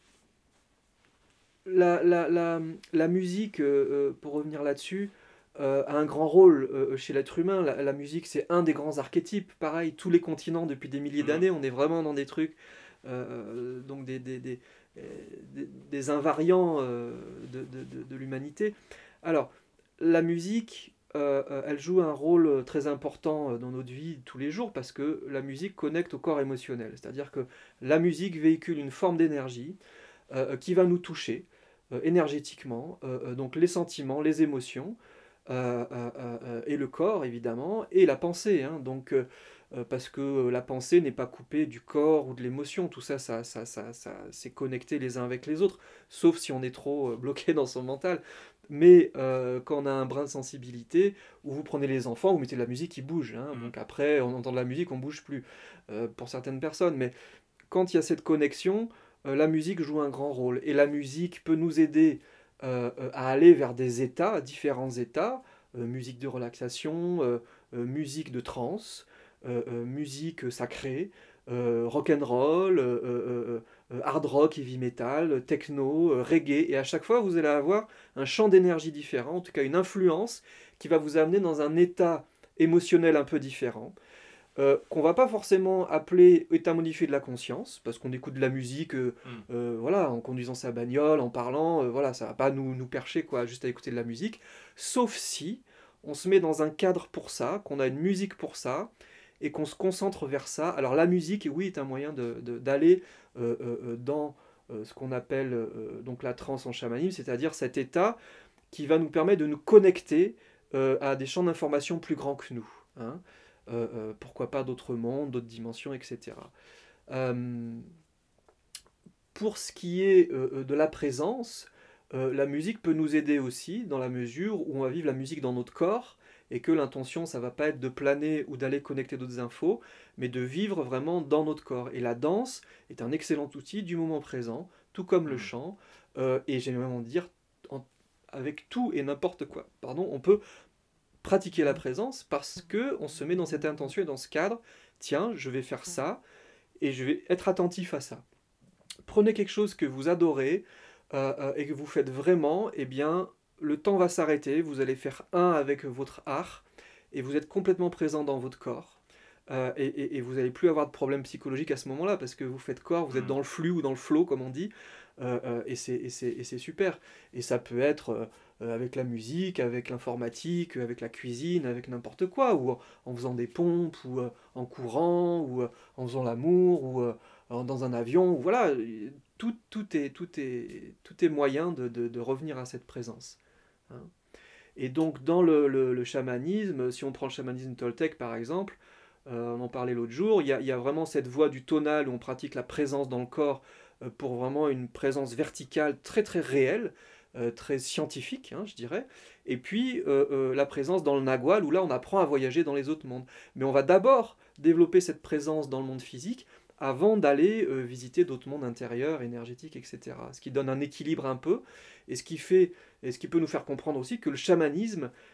la musique, pour revenir là-dessus, a un grand rôle chez l'être humain. La musique, c'est un des grands archétypes. Pareil, tous les continents, depuis des milliers d'années, on est vraiment dans des trucs, donc des invariants de l'humanité. Alors, la musique, elle joue un rôle très important dans notre vie tous les jours parce que la musique connecte au corps émotionnel. C'est-à-dire que la musique véhicule une forme d'énergie qui va nous toucher énergétiquement, donc les sentiments, les émotions, et le corps évidemment, et la pensée. Hein, donc, parce que la pensée n'est pas coupée du corps ou de l'émotion, tout ça, c'est connecté les uns avec les autres, sauf si on est trop bloqué dans son mental. Mais quand on a un brin de sensibilité, ou vous prenez les enfants, vous mettez de la musique qui bouge. Hein, donc après, on entend de la musique, on bouge plus pour certaines personnes. Mais quand il y a cette connexion, la musique joue un grand rôle. Et la musique peut nous aider à aller vers des états, différents états, musique de relaxation, musique de trance, musique sacrée, rock and roll, hard rock, heavy metal, techno, reggae, et à chaque fois vous allez avoir un champ d'énergie différent, en tout cas une influence qui va vous amener dans un état émotionnel un peu différent. Qu'on va pas forcément appeler état modifié de la conscience, parce qu'on écoute de la musique voilà, en conduisant sa bagnole, en parlant, voilà, ça va pas nous percher quoi, juste à écouter de la musique, sauf si on se met dans un cadre pour ça, qu'on a une musique pour ça, et qu'on se concentre vers ça. Alors la musique, oui, est un moyen d'aller dans ce qu'on appelle donc la transe en chamanisme, c'est-à-dire cet état qui va nous permettre de nous connecter à des champs d'information plus grands que nous. Hein. Pourquoi pas d'autres mondes, d'autres dimensions, etc. Pour ce qui est de la présence, la musique peut nous aider aussi dans la mesure où on va vivre la musique dans notre corps et que l'intention, ça va pas être de planer ou d'aller connecter d'autres infos, mais de vivre vraiment dans notre corps. Et la danse est un excellent outil du moment présent, tout comme le chant, et j'aimerais même dire avec tout et n'importe quoi. Pardon, on peut pratiquer la présence parce que on se met dans cette intention et dans ce cadre. Tiens, je vais faire ça et je vais être attentif à ça. Prenez quelque chose que vous adorez et que vous faites vraiment, eh bien, le temps va s'arrêter, vous allez faire un avec votre art et vous êtes complètement présent dans votre corps. Et vous n'allez plus avoir de problème psychologique à ce moment-là parce que vous faites corps, vous êtes dans le flux ou dans le flow, comme on dit, et c'est super. Et ça peut être avec la musique, avec l'informatique, avec la cuisine, avec n'importe quoi, ou en faisant des pompes, ou en courant, ou en faisant l'amour, ou dans un avion, ou voilà, tout est moyen de revenir à cette présence. Hein. Et donc dans le chamanisme, si on prend le chamanisme toltèque par exemple, on en parlait l'autre jour, il y a vraiment cette voie du tonal où on pratique la présence dans le corps pour vraiment une présence verticale très très réelle, très scientifique, hein, je dirais. Et puis la présence dans le nagual où là on apprend à voyager dans les autres mondes. Mais on va d'abord développer cette présence dans le monde physique avant d'aller visiter d'autres mondes intérieurs, énergétiques, etc. Ce qui donne un équilibre un peu, et ce qui peut nous faire comprendre aussi que le chamanisme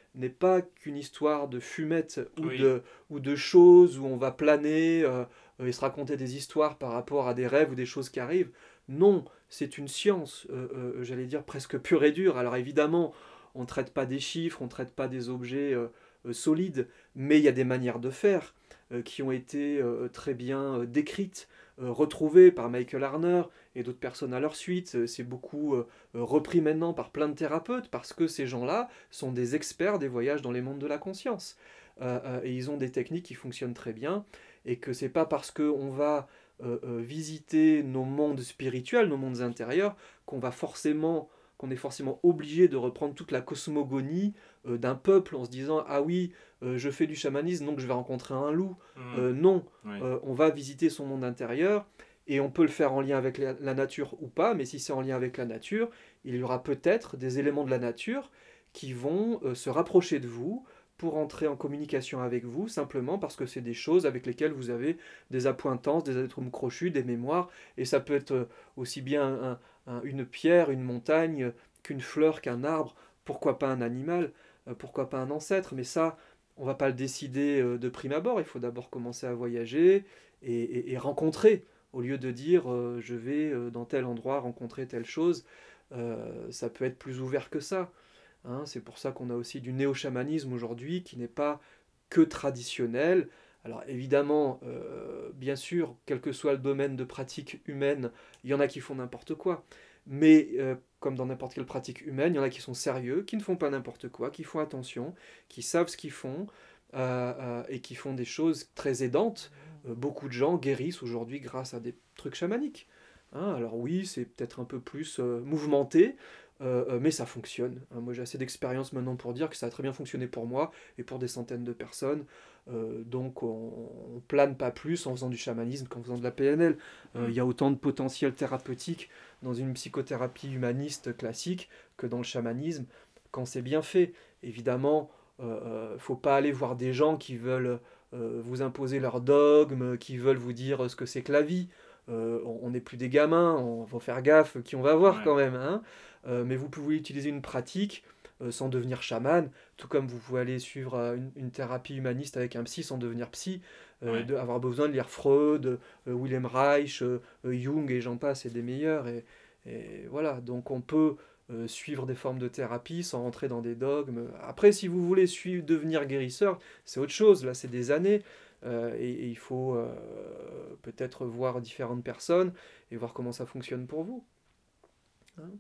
n'est pas qu'une histoire de fumette Oui. ou de choses où on va planer et se raconter des histoires par rapport à des rêves ou des choses qui arrivent. Non, c'est une science, j'allais dire presque pure et dure. Alors évidemment, on ne traite pas des chiffres, on ne traite pas des objets solides, mais il y a des manières de faire qui ont été très bien décrites, retrouvées par Michael Harner et d'autres personnes à leur suite. C'est beaucoup repris maintenant par plein de thérapeutes parce que ces gens-là sont des experts des voyages dans les mondes de la conscience. Et ils ont des techniques qui fonctionnent très bien et que c'est pas parce qu'on va visiter nos mondes spirituels, nos mondes intérieurs, qu'on est forcément obligé de reprendre toute la cosmogonie d'un peuple en se disant ah oui, je fais du chamanisme donc je vais rencontrer un loup. Non, Oui. on va visiter son monde intérieur et on peut le faire en lien avec la nature ou pas, mais si c'est en lien avec la nature, il y aura peut-être des éléments de la nature qui vont se rapprocher de vous pour entrer en communication avec vous, simplement parce que c'est des choses avec lesquelles vous avez des appointances, des atomes crochus, des mémoires, et ça peut être aussi bien une pierre, une montagne, qu'une fleur, qu'un arbre, pourquoi pas un animal, pourquoi pas un ancêtre, mais ça, on va pas le décider de prime abord, il faut d'abord commencer à voyager et rencontrer, au lieu de dire je vais dans tel endroit rencontrer telle chose, ça peut être plus ouvert que ça. Hein. C'est pour ça qu'on a aussi du néo-chamanisme aujourd'hui qui n'est pas que traditionnel. Alors évidemment, bien sûr, quel que soit le domaine de pratique humaine, il y en a qui font n'importe quoi. Mais comme dans n'importe quelle pratique humaine, il y en a qui sont sérieux, qui ne font pas n'importe quoi, qui font attention, qui savent ce qu'ils font et qui font des choses très aidantes. Beaucoup de gens guérissent aujourd'hui grâce à des trucs chamaniques. Hein, alors oui, c'est peut-être un peu plus mouvementé, mais ça fonctionne. Hein. Moi j'ai assez d'expérience maintenant pour dire que ça a très bien fonctionné pour moi et pour des centaines de personnes. Donc on plane pas plus en faisant du chamanisme qu'en faisant de la PNL. Il y a autant de potentiel thérapeutique dans une psychothérapie humaniste classique que dans le chamanisme quand c'est bien fait. Évidemment, faut pas aller voir des gens qui veulent vous imposer leurs dogmes, qui veulent vous dire ce que c'est que la vie. On n'est plus des gamins, on va faire gaffe qui on va voir Ouais. quand même. Hein. Mais vous pouvez utiliser une pratique sans devenir chaman, tout comme vous pouvez aller suivre une thérapie humaniste avec un psy sans devenir psy, Ouais. avoir besoin de lire Freud, Wilhelm Reich, Jung et j'en passe, et des meilleurs. Et voilà, donc on peut suivre des formes de thérapie sans rentrer dans des dogmes. Après, si vous voulez devenir guérisseur, c'est autre chose, là c'est des années. Et il faut peut-être voir différentes personnes et voir comment ça fonctionne pour vous. Hein.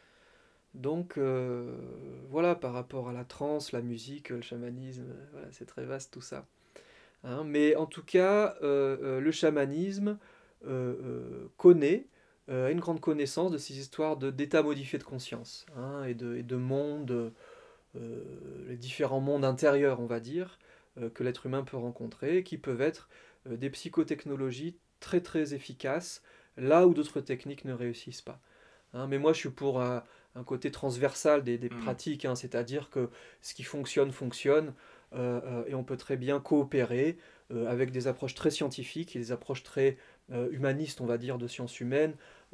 Donc voilà, par rapport à la trance, la musique, le chamanisme, voilà, c'est très vaste tout ça. Hein. Mais en tout cas, le chamanisme connaît, a une grande connaissance de ces histoires d'états modifiés de conscience hein, et de mondes, les différents mondes intérieurs, on va dire, que l'être humain peut rencontrer, qui peuvent être des psychotechnologies très très efficaces, là où d'autres techniques ne réussissent pas. Hein, mais moi, je suis pour un côté transversal des pratiques, hein, c'est-à-dire que ce qui fonctionne, fonctionne, et on peut très bien coopérer avec des approches très scientifiques et des approches très humanistes, on va dire, de sciences humaines,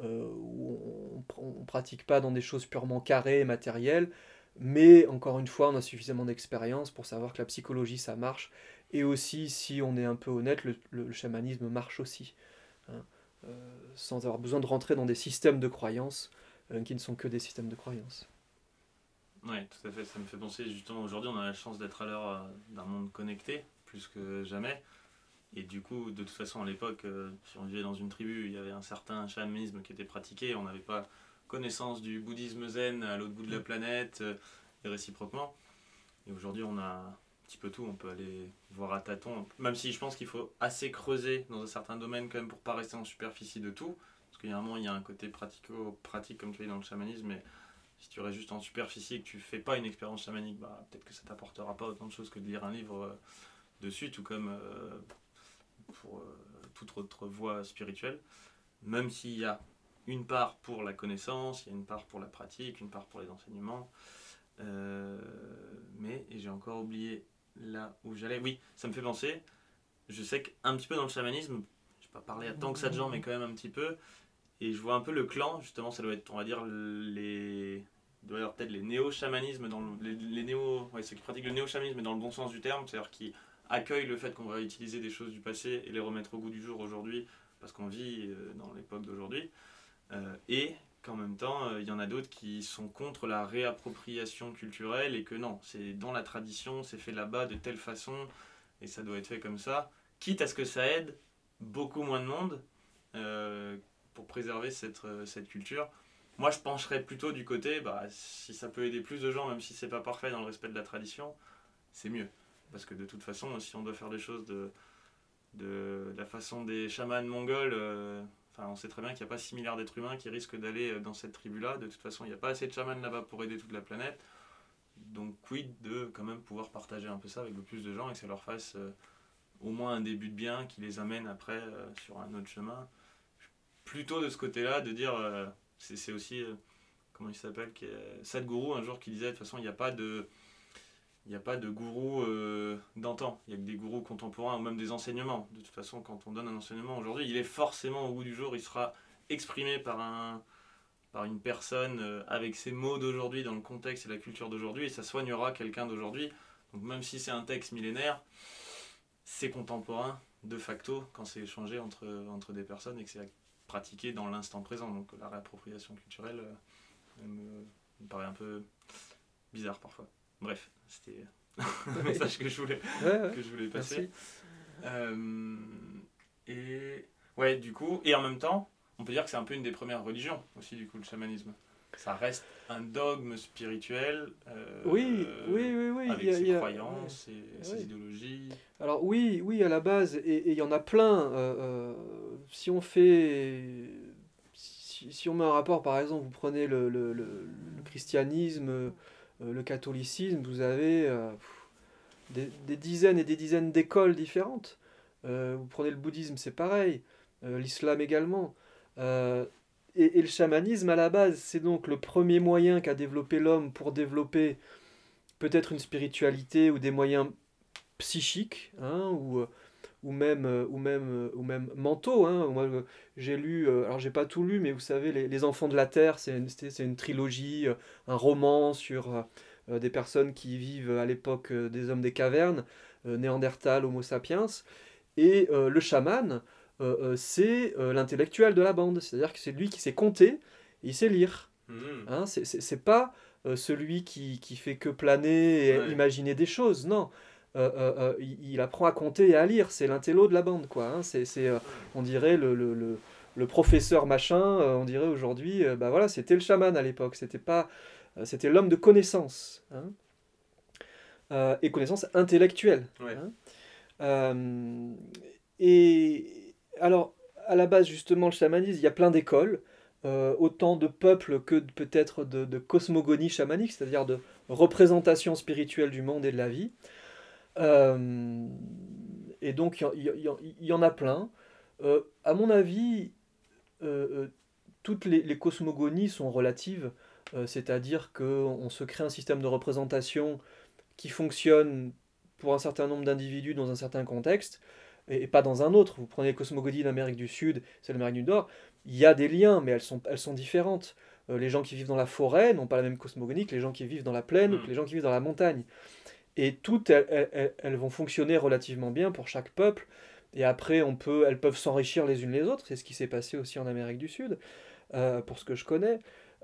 où on ne pratique pas dans des choses purement carrées et matérielles, mais encore une fois, on a suffisamment d'expérience pour savoir que la psychologie, ça marche, et aussi, si on est un peu honnête, le chamanisme marche aussi. Hein. Sans avoir besoin de rentrer dans des systèmes de croyances qui ne sont que des systèmes de croyances. Ouais, tout à fait. Ça me fait penser justement aujourd'hui, on a la chance d'être à l'heure d'un monde connecté, plus que jamais. Et du coup, de toute façon, à l'époque, si on vivait dans une tribu, il y avait un certain chamanisme qui était pratiqué. On n'avait pas connaissance du bouddhisme zen à l'autre bout de la planète et réciproquement. Et aujourd'hui, on a un petit peu tout. On peut aller voir à tâtons. Même si je pense qu'il faut assez creuser dans un certain domaine quand même pour pas rester en superficie de tout. Parce qu'il y a un moment, il y a un côté pratico-pratique comme tu dis dans le chamanisme. Mais si tu restes juste en superficie et que tu fais pas une expérience chamanique, bah, peut-être que ça t'apportera pas autant de choses que de lire un livre dessus, tout comme pour toute autre voie spirituelle, même s'il y a une part pour la connaissance, il y a une part pour la pratique, une part pour les enseignements. Mais j'ai encore oublié là où j'allais. Oui, ça me fait penser. Je sais qu'un petit peu dans le chamanisme, je vais pas parler à tant que ça de gens, mais quand même un petit peu. Et je vois un peu le clan, justement, ça doit être, on va dire, il doit y avoir peut-être les néo-chamanismes, ceux qui pratiquent le néo-chamanisme dans le bon sens du terme, c'est-à-dire qui accueillent le fait qu'on va utiliser des choses du passé et les remettre au goût du jour aujourd'hui, parce qu'on vit dans l'époque d'aujourd'hui. Et qu'en même temps, il y en a d'autres qui sont contre la réappropriation culturelle et que non, c'est dans la tradition, c'est fait là-bas de telle façon et ça doit être fait comme ça, quitte à ce que ça aide beaucoup moins de monde pour préserver cette culture. Moi, je pencherais plutôt du côté, si ça peut aider plus de gens, même si c'est pas parfait dans le respect de la tradition, c'est mieux. Parce que de toute façon, si on doit faire des choses de la façon des chamans mongols, on sait très bien qu'il n'y a pas 6 milliards d'êtres humains qui risquent d'aller dans cette tribu-là. De toute façon, il n'y a pas assez de chamans là-bas pour aider toute la planète. Donc, quid de quand même pouvoir partager un peu ça avec le plus de gens et que ça leur fasse au moins un début de bien qui les amène après sur un autre chemin. Plutôt de ce côté-là, de dire, c'est aussi, comment il s'appelle, Sadhguru un jour qui disait, de toute façon, il n'y a pas de gourou d'antan, il y a que des gourous contemporains ou même des enseignements. De toute façon, quand on donne un enseignement aujourd'hui, il est forcément au bout du jour, il sera exprimé par une personne avec ses mots d'aujourd'hui, dans le contexte et la culture d'aujourd'hui, et ça soignera quelqu'un d'aujourd'hui. Donc même si c'est un texte millénaire, c'est contemporain de facto quand c'est échangé entre des personnes et que c'est pratiqué dans l'instant présent. Donc la réappropriation culturelle me paraît un peu bizarre parfois. Bref, c'était le message que je voulais passer. Et ouais, du coup, et en même temps, on peut dire que c'est un peu une des premières religions aussi, du coup, le chamanisme. Ça reste un dogme spirituel Oui. avec ses croyances et ses idéologies. Alors oui, à la base, et il y en a plein. Si on met un rapport, par exemple, vous prenez le christianisme, le catholicisme, vous avez des dizaines et des dizaines d'écoles différentes. Vous prenez le bouddhisme, c'est pareil. L'islam également. Et le chamanisme, à la base, c'est donc le premier moyen qu'a développé l'homme pour développer peut-être une spiritualité ou des moyens psychiques, hein, ou même mentaux. Hein. Moi, j'ai lu, alors j'ai pas tout lu, mais vous savez, les Enfants de la Terre, c'est une trilogie, un roman sur des personnes qui vivent à l'époque des hommes des cavernes, Néandertal, Homo sapiens, et le chaman, c'est l'intellectuel de la bande, c'est-à-dire que c'est lui qui sait compter et il sait lire. Hein, c'est pas celui qui fait que planer et imaginer des choses, non. Il apprend à compter et à lire, c'est l'intello de la bande, quoi. Hein. On dirait le professeur machin, on dirait aujourd'hui, voilà, c'était le chaman à l'époque, c'était l'homme de connaissance, hein. Et connaissance intellectuelle. Ouais. Hein. Et alors, à la base, justement, le chamanisme, il y a plein d'écoles, autant de peuples que peut-être de cosmogonie chamanique, c'est-à-dire de représentation spirituelle du monde et de la vie. Et donc, il y en a plein. À mon avis, toutes les cosmogonies sont relatives, c'est-à-dire qu'on se crée un système de représentation qui fonctionne pour un certain nombre d'individus dans un certain contexte, et pas dans un autre. Vous prenez les cosmogonies d'Amérique du Sud, celles d'Amérique du Nord, il y a des liens, mais elles sont différentes. Les gens qui vivent dans la forêt n'ont pas la même cosmogonie que les gens qui vivent dans la plaine ou que les gens qui vivent dans la montagne. Et toutes, elles vont fonctionner relativement bien pour chaque peuple. Et après, elles peuvent s'enrichir les unes les autres. C'est ce qui s'est passé aussi en Amérique du Sud, pour ce que je connais.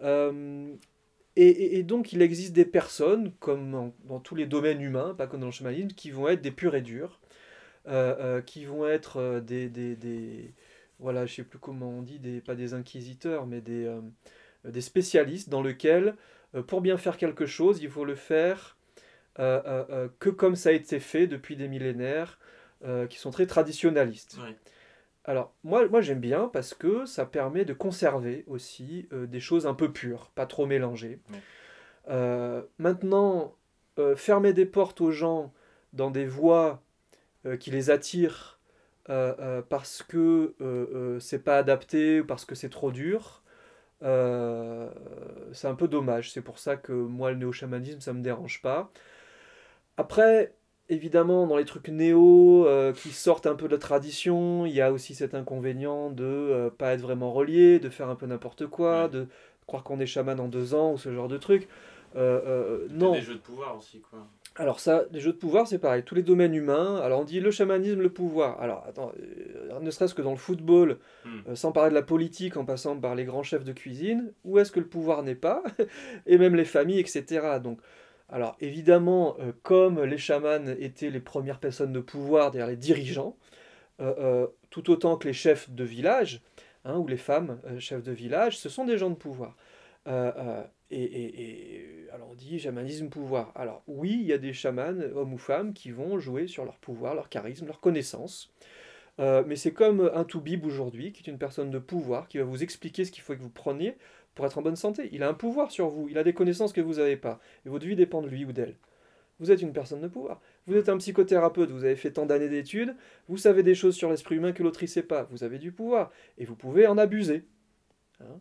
Et donc, il existe des personnes, comme dans tous les domaines humains, pas comme dans le chamanisme, qui vont être des purs et durs, qui vont être voilà, je sais plus comment on dit, pas des inquisiteurs, mais des spécialistes dans lesquels, pour bien faire quelque chose, il faut le faire que comme ça a été fait depuis des millénaires, qui sont très traditionnalistes. Ouais. Alors, moi j'aime bien parce que ça permet de conserver aussi des choses un peu pures, pas trop mélangées. Maintenant, fermer des portes aux gens dans des voies qui les attirent parce que c'est pas adapté ou parce que c'est trop dur, c'est un peu dommage. C'est pour ça que moi, le néo-chamanisme, ça me dérange pas. Après, évidemment, dans les trucs néo qui sortent un peu de la tradition, il y a aussi cet inconvénient de pas être vraiment relié, de faire un peu n'importe quoi, Ouais. de croire qu'on est chaman dans 2 ans ou ce genre de truc. Peut-être Non. des jeux de pouvoir aussi, quoi. Alors ça, les jeux de pouvoir, c'est pareil. Tous les domaines humains. Alors on dit le chamanisme, le pouvoir. Alors attends, ne serait-ce que dans le football, Hmm. sans parler de la politique, en passant par les grands chefs de cuisine, où est-ce que le pouvoir n'est pas? Et même les familles, etc. Donc, alors évidemment, comme les chamans étaient les premières personnes de pouvoir, c'est-à-dire les dirigeants, tout autant que les chefs de village, hein, ou les femmes chefs de village, ce sont des gens de pouvoir. Alors on dit chamanisme pouvoir. Alors oui, il y a des chamans, hommes ou femmes, qui vont jouer sur leur pouvoir, leur charisme, leur connaissance. Mais c'est comme un toubib aujourd'hui, qui est une personne de pouvoir, qui va vous expliquer ce qu'il faut que vous preniez pour être en bonne santé. Il a un pouvoir sur vous, il a des connaissances que vous n'avez pas. Et votre vie dépend de lui ou d'elle. Vous êtes une personne de pouvoir. Vous êtes un psychothérapeute, vous avez fait tant d'années d'études, vous savez des choses sur l'esprit humain que l'autre ne sait pas. Vous avez du pouvoir. Et vous pouvez en abuser. Hein.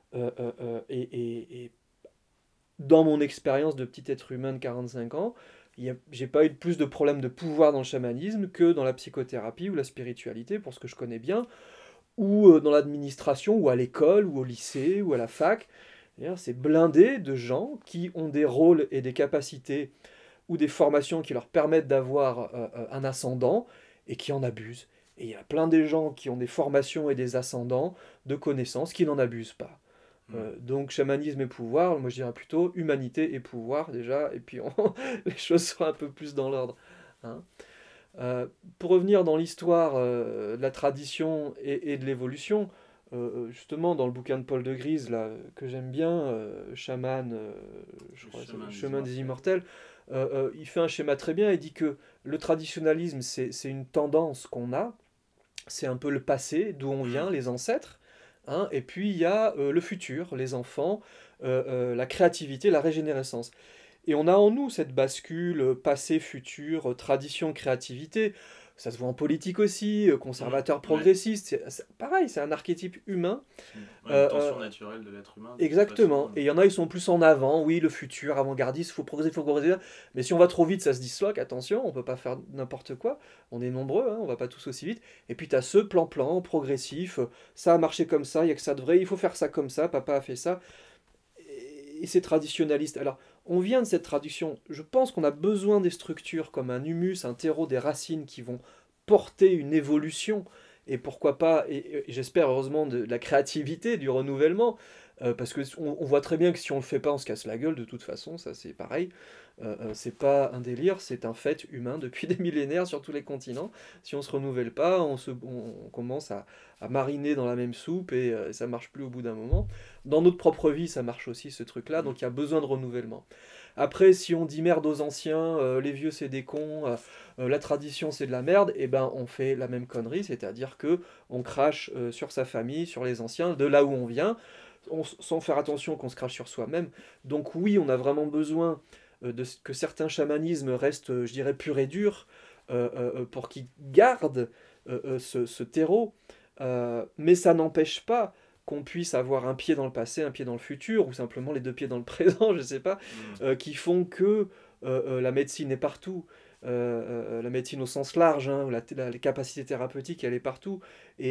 Et dans mon expérience de petit être humain de 45 ans, j'ai pas eu plus de problèmes de pouvoir dans le chamanisme que dans la psychothérapie ou la spiritualité, pour ce que je connais bien, ou dans l'administration, ou à l'école, ou au lycée, ou à la fac. C'est blindé de gens qui ont des rôles et des capacités ou des formations qui leur permettent d'avoir un ascendant et qui en abusent. Et il y a plein de gens qui ont des formations et des ascendants de connaissances qui n'en abusent pas. Donc chamanisme et pouvoir, moi je dirais plutôt humanité et pouvoir déjà, et puis les choses sont un peu plus dans l'ordre. Hein. Pour revenir dans l'histoire de la tradition et de l'évolution, justement dans le bouquin de Paul de Grise là, que j'aime bien, Chaman, je crois, Chemin Chemin des Immortels. Immortels, il fait un schéma très bien, il dit que le traditionnalisme c'est une tendance qu'on a, c'est un peu le passé, d'où on vient, les ancêtres. Hein, et puis il y a le futur, les enfants, la créativité, la régénérescence. Et on a en nous cette bascule passé, futur, tradition, créativité. Ça se voit en politique aussi, conservateur, Ouais. progressiste. Pareil, c'est un archétype humain. Une tension naturelle de l'être humain. De toute Exactement. façon. Et il y en a, ils sont plus en avant. Oui, le futur, avant-gardiste, il faut progresser. Mais si on va trop vite, ça se disloque. Attention, on peut pas faire n'importe quoi. On est nombreux, hein, on va pas tous aussi vite. Et puis tu as ce plan-plan progressif. Ça a marché comme ça, il y a que ça de vrai. Il faut faire ça comme ça. Papa a fait ça. Et c'est traditionnaliste. Alors, on vient de cette tradition. Je pense qu'on a besoin des structures comme un humus, un terreau, des racines qui vont porter une évolution. Et pourquoi pas, et j'espère heureusement de la créativité, du renouvellement, parce que on voit très bien que si on le fait pas, on se casse la gueule de toute façon, ça c'est pareil. C'est pas un délire, c'est un fait humain depuis des millénaires sur tous les continents. Si on se renouvelle pas, on commence à mariner dans la même soupe et ça marche plus au bout d'un moment. Dans notre propre vie, ça marche aussi ce truc-là, donc il y a besoin de renouvellement. Après, si on dit merde aux anciens, les vieux c'est des cons, la tradition c'est de la merde, et ben on fait la même connerie, c'est-à-dire que on crache sur sa famille, sur les anciens, de là où on vient, sans faire attention qu'on se crache sur soi-même. Donc oui, on a vraiment besoin que certains chamanismes restent, je dirais, purs et durs, pour qu'ils gardent ce terreau. Mais ça n'empêche pas qu'on puisse avoir un pied dans le passé, un pied dans le futur, ou simplement les deux pieds dans le présent, je sais pas, qui font que la médecine est partout. La médecine au sens large, hein, les capacités thérapeutiques, elle est partout.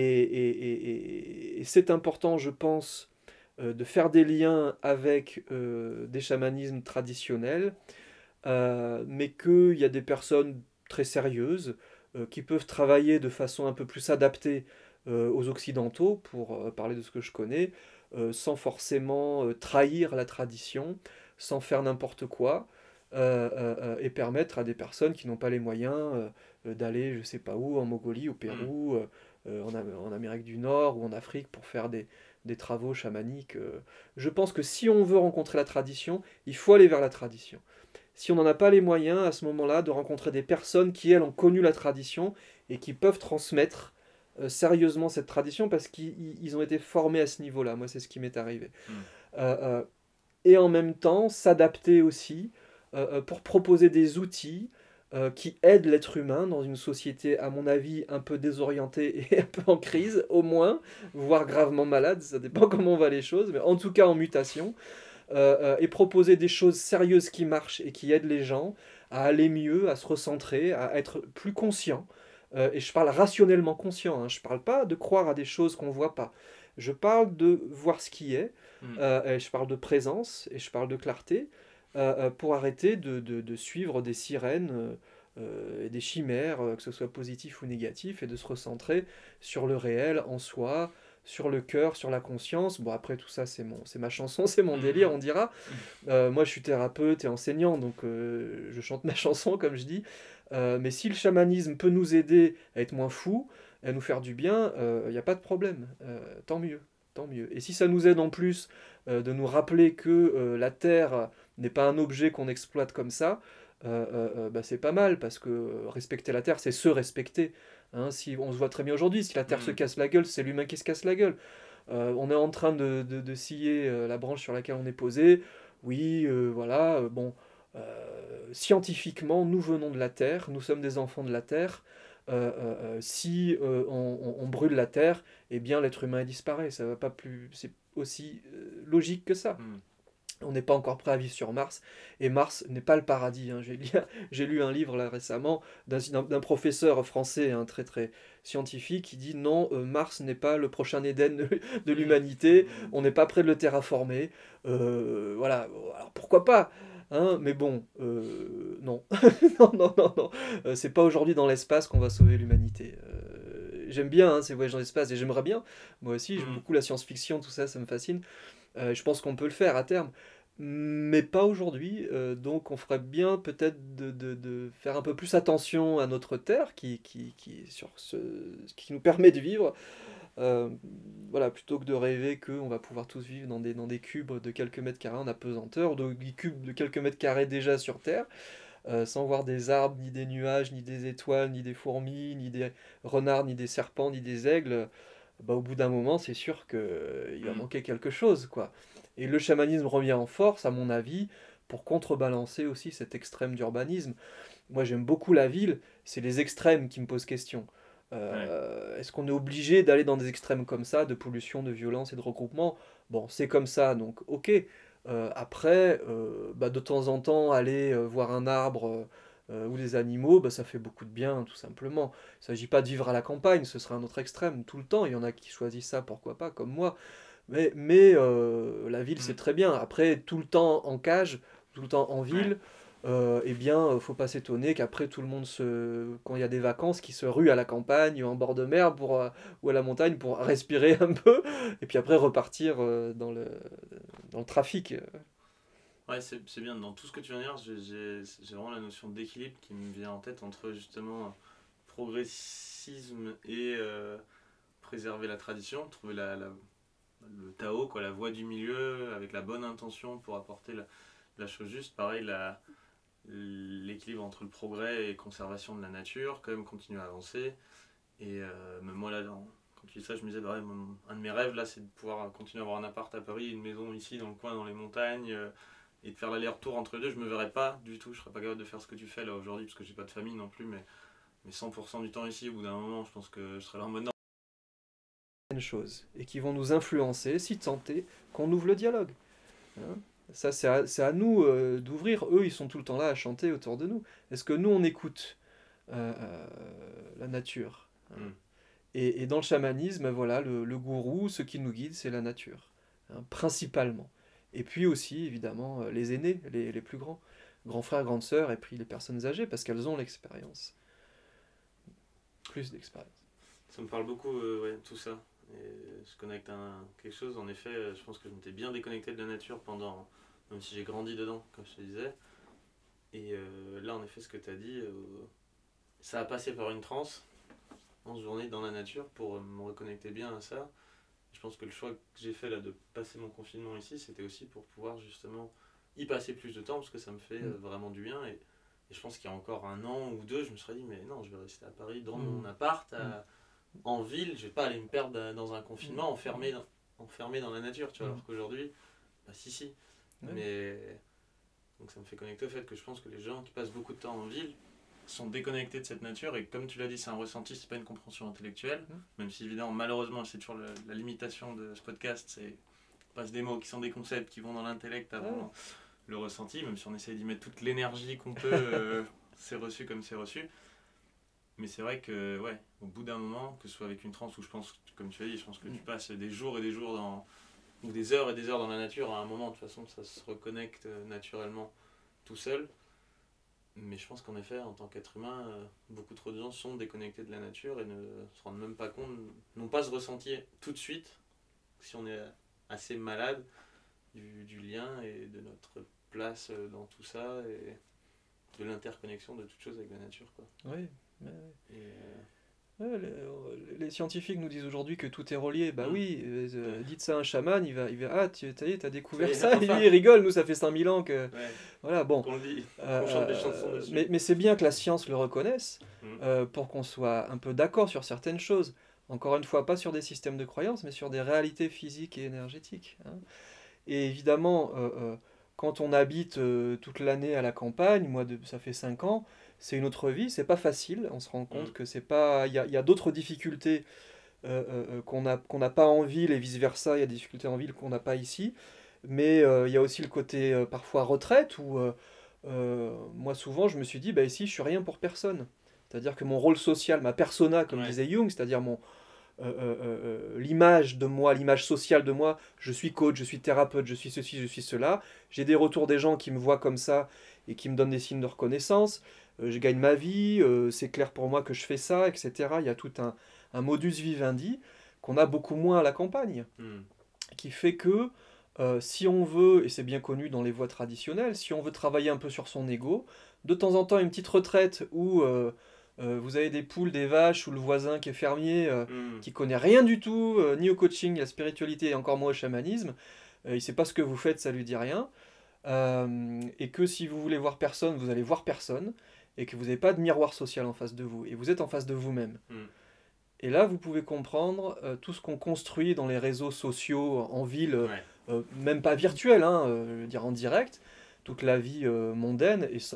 Et c'est important, je pense, de faire des liens avec des chamanismes traditionnels, mais qu'il y a des personnes très sérieuses qui peuvent travailler de façon un peu plus adaptée aux Occidentaux, pour parler de ce que je connais, sans forcément trahir la tradition, sans faire n'importe quoi, et permettre à des personnes qui n'ont pas les moyens d'aller, je sais pas où, en Mongolie, au Pérou, en Amérique du Nord ou en Afrique pour faire des travaux chamaniques. Je pense que si on veut rencontrer la tradition, il faut aller vers la tradition. Si on n'en a pas les moyens, à ce moment-là, de rencontrer des personnes qui, elles, ont connu la tradition et qui peuvent transmettre sérieusement cette tradition parce qu'ils ont été formés à ce niveau-là. Moi, c'est ce qui m'est arrivé. Et en même temps, s'adapter aussi pour proposer des outils qui aident l'être humain dans une société, à mon avis, un peu désorientée et un peu en crise, au moins, voire gravement malade, ça dépend comment on va les choses, mais en tout cas en mutation, et proposer des choses sérieuses qui marchent et qui aident les gens, à aller mieux, à se recentrer, à être plus conscient. Et je parle rationnellement conscient, hein. Je parle pas de croire à des choses qu'on voit pas. Je parle de voir ce qui est, et je parle de présence, et je parle de clarté, pour arrêter de suivre des sirènes et des chimères, que ce soit positif ou négatif, et de se recentrer sur le réel en soi, sur le cœur, sur la conscience. Bon, après tout ça, c'est ma chanson, c'est mon délire, on dira. Moi, je suis thérapeute et enseignant, donc je chante ma chanson, comme je dis. Mais si le chamanisme peut nous aider à être moins fous, à nous faire du bien, il n'y a pas de problème. Tant mieux, tant mieux. Et si ça nous aide en plus de nous rappeler que la Terre n'est pas un objet qu'on exploite comme ça, bah, c'est pas mal, parce que respecter la Terre, c'est se respecter. Hein. Si on se voit très bien aujourd'hui, si la Terre se casse la gueule, c'est l'humain qui se casse la gueule. On est en train de scier la branche sur laquelle on est posé. Oui, voilà, bon, scientifiquement, nous venons de la Terre, nous sommes des enfants de la Terre. Si on brûle la Terre, eh bien l'être humain disparaît. Ça va pas plus, c'est aussi logique que ça. On n'est pas encore prêt à vivre sur Mars, et Mars n'est pas le paradis. Hein. J'ai lu un livre là récemment d'un professeur français, hein, très très scientifique, qui dit non, Mars n'est pas le prochain Éden de l'humanité, on n'est pas prêt de le terraformer. Voilà, alors pourquoi pas, hein, mais bon, non. Non, non, non, non. C'est pas aujourd'hui dans l'espace qu'on va sauver l'humanité. J'aime bien, hein, ces voyages dans l'espace, et j'aimerais bien, moi aussi, j'aime beaucoup la science-fiction, tout ça, ça me fascine. Je pense qu'on peut le faire à terme, mais pas aujourd'hui. Donc on ferait bien peut-être de faire un peu plus attention à notre Terre sur qui nous permet de vivre. Euh, voilà, plutôt que de rêver qu'on va pouvoir tous vivre dans des cubes de quelques mètres carrés en apesanteur, ou des cubes de quelques mètres carrés déjà sur Terre, sans voir des arbres, ni des nuages, ni des étoiles, ni des fourmis, ni des renards, ni des serpents, ni des aigles. Bah, au bout d'un moment, c'est sûr qu'il va manquer quelque chose, quoi. Et le chamanisme revient en force, à mon avis, pour contrebalancer aussi cet extrême d'urbanisme. Moi, j'aime beaucoup la ville, c'est les extrêmes qui me posent question. Est-ce qu'on est obligé d'aller dans des extrêmes comme ça, de pollution, de violence et de regroupement? Bon, c'est comme ça, donc ok. Après, bah, de temps en temps, aller voir un arbre ou des animaux, bah, ça fait beaucoup de bien, tout simplement. Il ne s'agit pas de vivre à la campagne, ce serait un autre extrême, tout le temps. Il y en a qui choisissent ça, pourquoi pas, comme moi. Mais la ville, c'est très bien. Après, tout le temps en cage, tout le temps en ville, eh bien, faut pas s'étonner qu'après, tout le monde, quand il y a des vacances, qui se rue à la campagne, en bord de mer, ou à la montagne, pour respirer un peu, et puis après repartir dans le trafic. Ouais, c'est bien. Dans tout ce que tu viens de dire, j'ai vraiment la notion d'équilibre qui me vient en tête entre justement progressisme et préserver la tradition, trouver le Tao, quoi, la voie du milieu, avec la bonne intention pour apporter la chose juste. Pareil, l'équilibre entre le progrès et conservation de la nature, quand même continuer à avancer. Et même moi, là, quand tu dis ça, je me disais, bah ouais, un de mes rêves, là, c'est de pouvoir continuer à avoir un appart à Paris, une maison ici, dans le coin, dans les montagnes, et de faire l'aller-retour entre les deux. Je me verrais pas du tout, je serais pas capable de faire ce que tu fais là aujourd'hui, parce que j'ai pas de famille non plus, mais 100% du temps ici, au bout d'un moment, je pense que je serais là en mode non. Choses et qui vont nous influencer, si tant est qu'on ouvre le dialogue. Hein. Ça, c'est à nous d'ouvrir. Eux, ils sont tout le temps là à chanter autour de nous. Est-ce que nous, on écoute la nature? Hein. Et dans le chamanisme, voilà, le gourou, ce qui nous guide, c'est la nature, hein, principalement. Et puis aussi, évidemment, les aînés, les plus grands, grands frères, grandes sœurs, et puis les personnes âgées, parce qu'elles ont l'expérience. Plus d'expérience. Ça me parle beaucoup, ouais, tout ça. Et je connecte quelque chose. En effet, je pense que je m'étais bien déconnecté de la nature pendant, même si j'ai grandi dedans, comme je te disais. Et là, en effet, ce que tu as dit, ça a passé par une transe, en journée dans la nature, pour me reconnecter bien à ça. Je pense que le choix que j'ai fait là de passer mon confinement ici, c'était aussi pour pouvoir justement y passer plus de temps, parce que ça me fait vraiment du bien. Et je pense qu'il y a encore un an ou deux, je me serais dit, mais non, je vais rester à Paris, dans mon appart, en ville, je vais pas aller me perdre dans un confinement enfermé dans la nature, tu vois, alors qu'aujourd'hui, bah si. Ouais. Mais donc ça me fait connecter au fait que je pense que les gens qui passent beaucoup de temps en ville sont déconnectés de cette nature, et comme tu l'as dit, c'est un ressenti, c'est pas une compréhension intellectuelle, même si évidemment, malheureusement, c'est toujours la limitation de ce podcast, c'est passe des mots qui sont des concepts qui vont dans l'intellect avant le ressenti, même si on essaye d'y mettre toute l'énergie qu'on peut, c'est reçu comme c'est reçu. Mais c'est vrai que, ouais, au bout d'un moment, que ce soit avec une transe où je pense, comme tu as dit, je pense que tu passes des jours et des jours ou des heures et des heures dans la nature, à un moment, de toute façon, ça se reconnecte naturellement tout seul. Mais je pense qu'en effet, en tant qu'être humain, beaucoup trop de gens sont déconnectés de la nature et ne se rendent même pas compte, n'ont pas ce ressenti tout de suite, si on est assez malade, du lien et de notre place dans tout ça et de l'interconnexion de toutes choses avec la nature, quoi. Oui. Et, Ouais, les scientifiques nous disent aujourd'hui que tout est relié. Bah Mm. oui, Ouais. dites ça à un chaman, il va ah, t'as découvert Ça y est, ça, et enfin. lui, il rigole, nous, ça fait 5000 ans que... Ouais, Voilà, bon. qu'on le dit, qu'on chante des chansons dessus. Mais c'est bien que la science le reconnaisse, Mm. pour qu'on soit un peu d'accord sur certaines choses. Encore une fois, pas sur des systèmes de croyances, mais sur des réalités physiques et énergétiques, hein. Et évidemment, quand on habite toute l'année à la campagne, ça fait 5 ans, c'est une autre vie, c'est pas facile, on se rend compte Mm. que c'est pas... Il y a d'autres difficultés qu'on n'a pas en ville et vice-versa, il y a des difficultés en ville qu'on n'a pas ici, mais il y a aussi le côté parfois retraite où moi souvent je me suis dit, bah ici je suis rien pour personne. C'est-à-dire que mon rôle social, ma persona, comme Ouais. disait Jung, c'est-à-dire l'image de moi, l'image sociale de moi, je suis coach, je suis thérapeute, je suis ceci, je suis cela. J'ai des retours des gens qui me voient comme ça et qui me donnent des signes de reconnaissance. Je gagne ma vie, c'est clair pour moi que je fais ça, etc. Il y a tout un modus vivendi qu'on a beaucoup moins à la campagne, Mm. qui fait que si on veut, et c'est bien connu dans les voies traditionnelles, si on veut travailler un peu sur son ego, de temps en temps une petite retraite où vous avez des poules, des vaches, ou le voisin qui est fermier, Mm. qui connaît rien du tout, ni au coaching, ni à la spiritualité, et encore moins au chamanisme, il sait pas ce que vous faites, ça lui dit rien, et que si vous voulez voir personne, vous allez voir personne, et que vous n'avez pas de miroir social en face de vous, et vous êtes en face de vous-même. Mm. Et là, vous pouvez comprendre tout ce qu'on construit dans les réseaux sociaux, en ville, Ouais. même pas virtuel, hein, je veux dire en direct, toute la vie mondaine et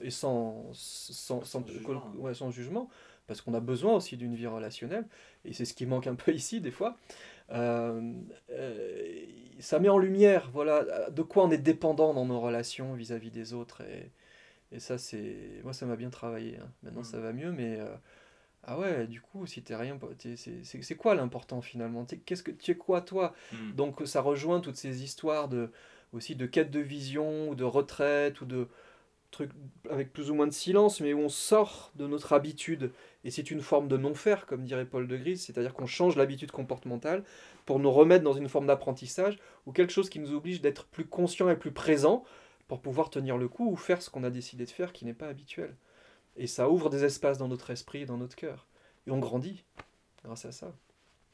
Sans jugement. ouais, sans jugement, parce qu'on a besoin aussi d'une vie relationnelle, et c'est ce qui manque un peu ici des fois. Euh, euh, Ça met en lumière, voilà, de quoi on est dépendant dans nos relations vis-à-vis des autres, et ça, moi, ça m'a bien travaillé, hein. Maintenant, Mm. ça va mieux, mais ah ouais, du coup, si t'es rien, c'est quoi l'important finalement? Qu'est-ce que tu es quoi toi? Mm. Donc ça rejoint toutes ces histoires aussi de quête de vision ou de retraite ou de trucs avec plus ou moins de silence, mais où on sort de notre habitude. Et c'est une forme de non-faire, comme dirait Paul de Gris, c'est-à-dire qu'on change l'habitude comportementale pour nous remettre dans une forme d'apprentissage ou quelque chose qui nous oblige d'être plus conscient et plus présent pour pouvoir tenir le coup ou faire ce qu'on a décidé de faire qui n'est pas habituel. Et ça ouvre des espaces dans notre esprit et dans notre cœur. Et on grandit grâce à ça.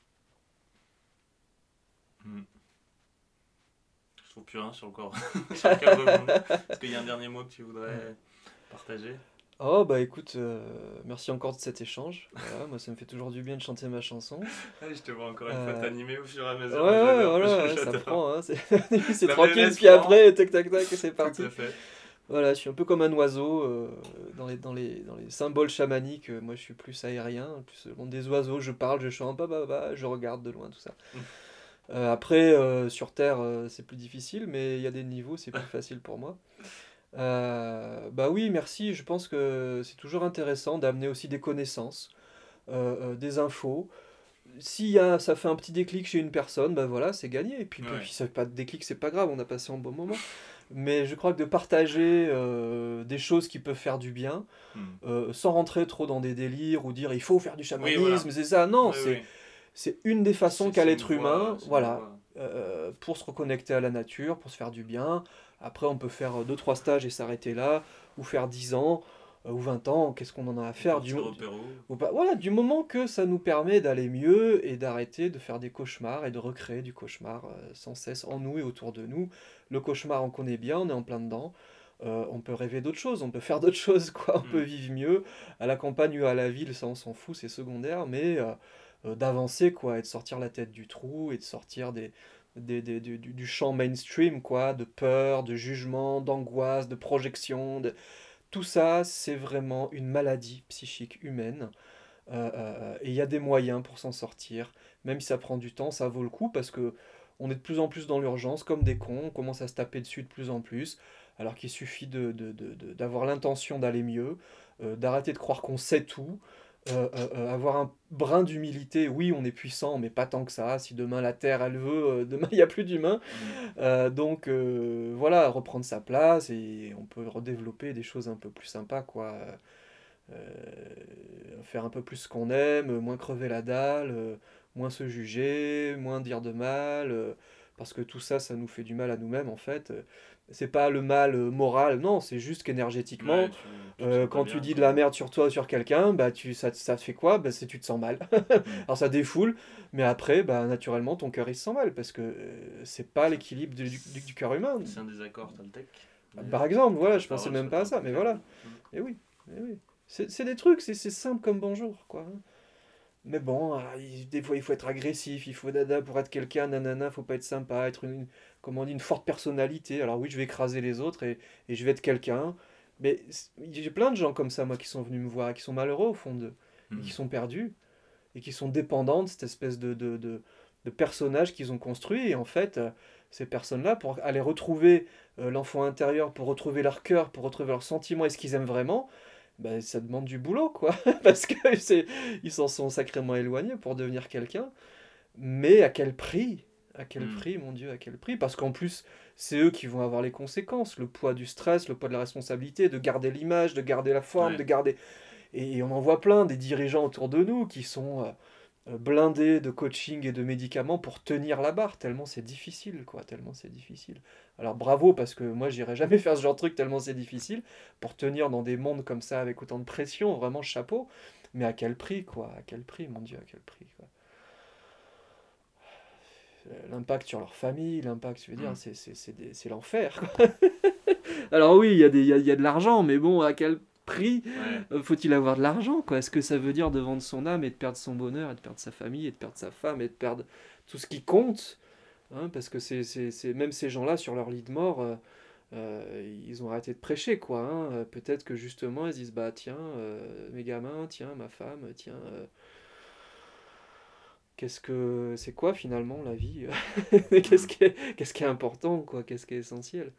Mm. Je trouve plus rien sur le corps. Sur lequel rebondir. Est-ce qu'il y a un dernier mot que tu voudrais partager? Oh bah écoute, merci encore de cet échange. Voilà, moi ça me fait toujours du bien de chanter ma chanson. Ouais, je te vois encore une fois Euh, t'animer au fur et à Ouais, mesure. ouais, J'adore. voilà, ouais, ça J'adore. prend, hein, c'est La tranquille, mayonnaise puis prend. après, tac tac tac, c'est parti. Tout à fait. Voilà, je suis un peu comme un oiseau dans les symboles chamaniques. Moi je suis plus aérien, plus le monde des oiseaux, je parle, je chante, je regarde de loin, tout ça. Après, sur Terre, c'est plus difficile, mais il y a des niveaux, c'est plus facile pour moi. Bah oui, merci. Je pense que c'est toujours intéressant d'amener aussi des connaissances, des infos. Ça fait un petit déclic chez une personne, bah voilà, c'est gagné. Et puis, Ouais. puis ça fait pas de déclic, c'est pas grave, on a passé un bon moment. Mais je crois que de partager des choses qui peuvent faire du bien, Mm. sans rentrer trop dans des délires ou dire il faut faire du Oui, chamanisme, voilà. c'est ça. Non, Oui, oui. c'est une des façons qu'a C'est l'être une voie, humain, c'est une voilà, voie. pour se reconnecter à la nature, pour se faire du bien. Après, on peut faire deux trois stages et s'arrêter là, ou faire 10 ans, ou 20 ans, qu'est-ce qu'on en a à faire Partir au Pérou. voilà, du moment que ça nous permet d'aller mieux et d'arrêter de faire des cauchemars et de recréer du cauchemar sans cesse en nous et autour de nous. Le cauchemar, on connaît bien, on est en plein dedans. On peut rêver d'autres choses, on peut faire d'autres choses, quoi. On peut Mm. vivre mieux. À la campagne ou à la ville, ça, on s'en fout, c'est secondaire, mais d'avancer, quoi, et de sortir la tête du trou et de sortir du champ mainstream, quoi, de peur, de jugement, d'angoisse, de projection. Tout ça, c'est vraiment une maladie psychique humaine. Et il y a des moyens pour s'en sortir. Même si ça prend du temps, ça vaut le coup parce que on est de plus en plus dans l'urgence, comme des cons, on commence à se taper dessus de plus en plus. alors qu'il suffit d'avoir l'intention d'aller mieux, d'arrêter de croire qu'on sait tout, avoir un brin d'humilité. Oui, on est puissant, mais pas tant que ça. Si demain la Terre, elle veut, demain il n'y a plus d'humains. Donc voilà, reprendre sa place et on peut redévelopper des choses un peu plus sympas, quoi. Faire un peu plus ce qu'on aime, moins crever la dalle, moins se juger, moins dire de mal, parce que tout ça, ça nous fait du mal à nous-mêmes en fait. C'est pas le mal moral, non, c'est juste qu'énergétiquement, Ouais, tu te sens pas quand tu bien, dis de quoi. la merde sur toi ou sur quelqu'un, bah ça te fait quoi? Bah c'est tu te sens mal. Alors ça défoule, mais après, bah naturellement ton cœur il se sent mal parce que c'est pas l'équilibre du cœur humain. C'est un désaccord toltec. Par exemple, voilà, Ta je pensais parole même soit pas à un ça, peu mais fermée. voilà. Et oui, eh oui. C'est des trucs, c'est simple comme bonjour, quoi. Mais bon, des fois il faut être agressif, il faut dada pour être quelqu'un, nanana, faut pas être sympa, être comment on dit, une forte personnalité. Alors oui, je vais écraser les autres et je vais être quelqu'un. Mais j'ai plein de gens comme ça, moi, qui sont venus me voir, et qui sont malheureux au fond d'eux, et qui sont perdus, et qui sont dépendants de cette espèce de personnage qu'ils ont construit. Et en fait, ces personnes-là, pour aller retrouver l'enfant intérieur, pour retrouver leur cœur, pour retrouver leurs sentiments et ce qu'ils aiment vraiment, ben, ça demande du boulot, quoi. Parce qu'ils s'en sont sacrément éloignés pour devenir quelqu'un. Mais à quel prix? À quel prix, mon Dieu, à quel prix? Parce qu'en plus, c'est eux qui vont avoir les conséquences, le poids du stress, le poids de la responsabilité, de garder l'image, de garder la forme, Ouais. de garder... Et on en voit plein, des dirigeants autour de nous qui sont blindés de coaching et de médicaments pour tenir la barre, tellement c'est difficile, quoi, tellement c'est difficile. Alors bravo, parce que moi j'irai jamais faire ce genre de truc tellement c'est difficile, pour tenir dans des mondes comme ça avec autant de pression, vraiment chapeau, mais à quel prix, quoi, à quel prix, mon Dieu, à quel prix, quoi. L'impact sur leur famille, l'impact, je veux dire, c'est l'enfer, quoi. Alors oui, il y a de l'argent, mais bon, à quel prix faut-il avoir de l'argent, quoi? Est-ce que ça veut dire de vendre son âme et de perdre son bonheur, et de perdre sa famille, et de perdre sa femme, et de perdre tout ce qui compte, hein? Parce que même ces gens-là, sur leur lit de mort, ils ont arrêté de prêcher, quoi, hein. Peut-être que justement, ils se disent, bah tiens, mes gamins, tiens, ma femme, tiens, c'est quoi finalement la vie? Qu'est-ce qui est important, quoi? Qu'est-ce qui est essentiel?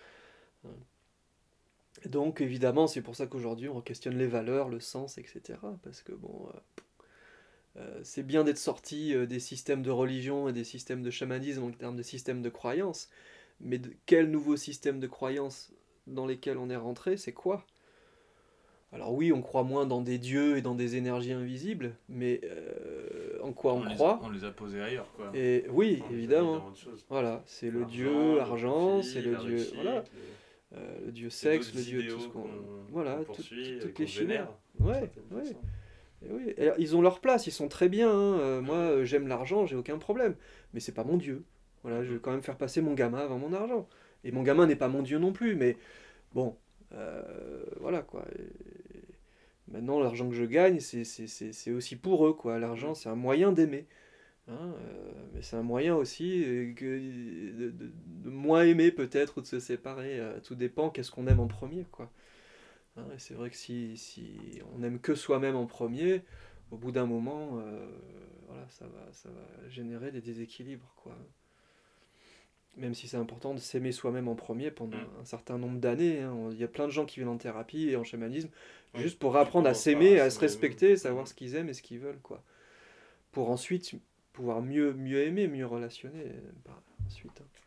Donc évidemment, c'est pour ça qu'aujourd'hui on questionne les valeurs, le sens, etc. Parce que bon, c'est bien d'être sorti des systèmes de religion et des systèmes de chamanisme en termes de systèmes de croyance, mais quel nouveau système de croyance dans lesquels on est rentré, c'est quoi? Alors oui, on croit moins dans des dieux et dans des énergies invisibles, mais en quoi on croit? On les a posés ailleurs, quoi. Et oui, On les a mis évidemment. dans autre chose. Voilà, c'est le dieu L'argent, le argent, c'est profit, le la dieu, réussite, voilà, le dieu c'est sexe, d'autres le dieu tout ce idéaux qu'on, qu'on voilà, poursuit, toutes qu'on les chimères. vénère, d'une Ouais, certaine ouais. façon. Et oui, et ils ont leur place, ils sont très bien, hein. Moi, j'aime l'argent, j'ai aucun problème, mais c'est pas mon dieu. Voilà, je vais quand même faire passer mon gamin avant mon argent. Et mon gamin n'est pas mon dieu non plus, mais bon, voilà quoi. Et maintenant, l'argent que je gagne, c'est aussi pour eux, quoi. L'argent, c'est un moyen d'aimer, hein, mais c'est un moyen aussi de moins aimer peut-être ou de se séparer. Tout dépend qu'est-ce qu'on aime en premier, quoi. Hein, et c'est vrai que si on aime que soi-même en premier, au bout d'un moment, voilà, ça va générer des déséquilibres, quoi. Même si c'est important de s'aimer soi-même en premier pendant un certain nombre d'années, hein. Il y a plein de gens qui viennent en thérapie et en chamanisme Oui, juste pour tu apprendre à commences par s'aimer, à se s'aimer respecter, savoir eux-mêmes. ce qu'ils aiment et ce qu'ils veulent, quoi. Pour ensuite pouvoir mieux aimer, mieux relationner par ensuite, hein.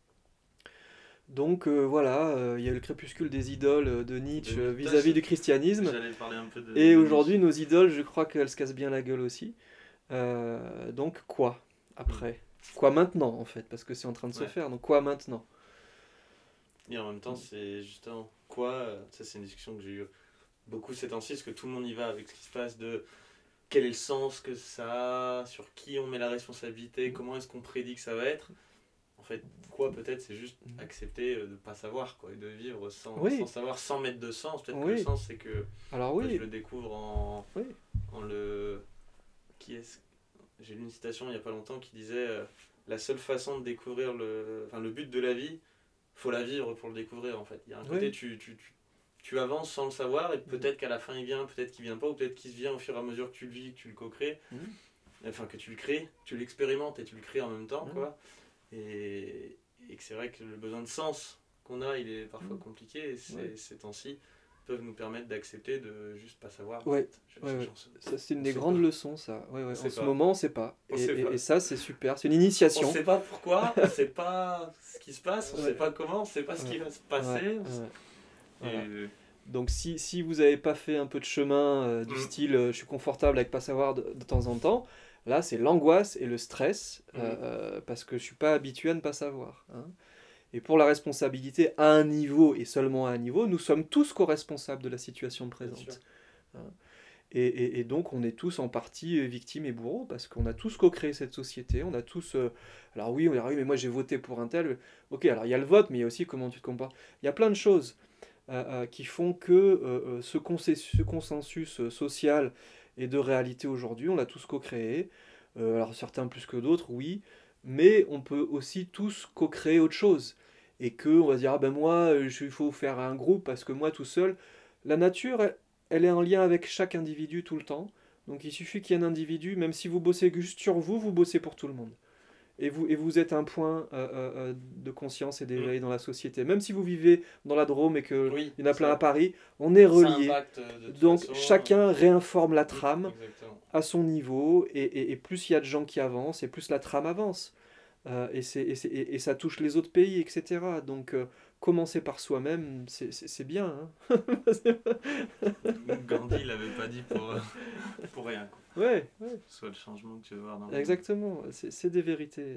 Donc voilà, il y a le crépuscule des idoles de Nietzsche vis-à-vis du christianisme. J'allais parler un peu de Et de aujourd'hui, Nietzsche. nos idoles, je crois qu'elles se cassent bien la gueule aussi. Donc quoi après? Quoi maintenant en fait? Parce que c'est en train de se Ouais. faire, donc quoi maintenant? Et en même temps, c'est justement quoi, ça c'est une discussion que j'ai eue beaucoup ces temps-ci, parce que tout le monde y va avec ce qui se passe de quel est le sens que ça a, sur qui on met la responsabilité, comment est-ce qu'on prédit que ça va être. En fait, quoi peut-être, c'est juste accepter de ne pas savoir, quoi, et de vivre sans Oui, savoir, sans mettre de sens. Peut-être que le oui. sens, c'est que Alors je oui, le découvre oui. en le... Qui est-ce? J'ai lu une citation il n'y a pas longtemps qui disait la seule façon de découvrir le but de la vie, faut la vivre pour le découvrir, en fait. Il y a un côté, Oui. tu avances sans le savoir, et peut-être qu'à la fin il vient, peut-être qu'il vient pas, ou peut-être qu'il se vient au fur et à mesure que tu le vis, que tu le co-crées, enfin que tu le crées, tu l'expérimentes et tu le crées en même temps, quoi. Et que c'est vrai que le besoin de sens qu'on a, il est parfois compliqué, et Ouais. ces temps-ci peuvent nous permettre d'accepter de juste pas savoir. Ouais. Je Ouais, suis ouais. chanceux. Ça, c'est une On des sait grandes pas. leçons, ça. Ouais, ouais. On En sait ce pas. moment, on ne sait pas. On sait pas. Et ça, c'est super. C'est une On initiation. sait pas pourquoi, on sait pas ce qui se passe, on Ouais. sait pas comment, on sait pas ce qui va se passer. Ouais, ouais. Voilà. Et Donc si vous n'avez pas fait un peu de chemin du style je suis confortable avec pas savoir de temps en temps, là c'est l'angoisse et le stress parce que je suis pas habitué à ne pas savoir. Hein. Et pour la responsabilité à un niveau et seulement à un niveau, nous sommes tous co-responsables de la situation bien sûr. présente. Hein. Et donc on est tous en partie victimes et bourreaux parce qu'on a tous co-créé cette société, on a tous... alors oui, on dirait oui mais moi j'ai voté pour un tel. Ok, alors il y a le vote mais il y a aussi comment tu te comportes. Il y a plein de choses qui font que ce consensus social et de réalité aujourd'hui, on l'a tous co-créé. Alors certains plus que d'autres, oui, mais on peut aussi tous co-créer autre chose. Et que on va dire, ah ben moi, il faut faire un groupe parce que moi tout seul, la nature, elle est en lien avec chaque individu tout le temps. Donc il suffit qu'il y ait un individu, même si vous bossez juste sur vous, vous bossez pour tout le monde. Et vous êtes un point de conscience et d'éveil dans la société. Même si vous vivez dans la Drôme et qu'il Oui, y en a plein ça- à Paris, on est ça reliés. impacte de toute Donc façon. chacun réinforme la trame Exactement. à son niveau et plus il y a de gens qui avancent et plus la trame avance. Et ça touche les autres pays, etc. Donc commencer par soi-même, c'est bien. Hein. Gandhi, il l'avait pas dit pour rien. Quoi. Ouais, ouais, Soit le changement que tu veux voir dans le monde. exactement. C'est des vérités.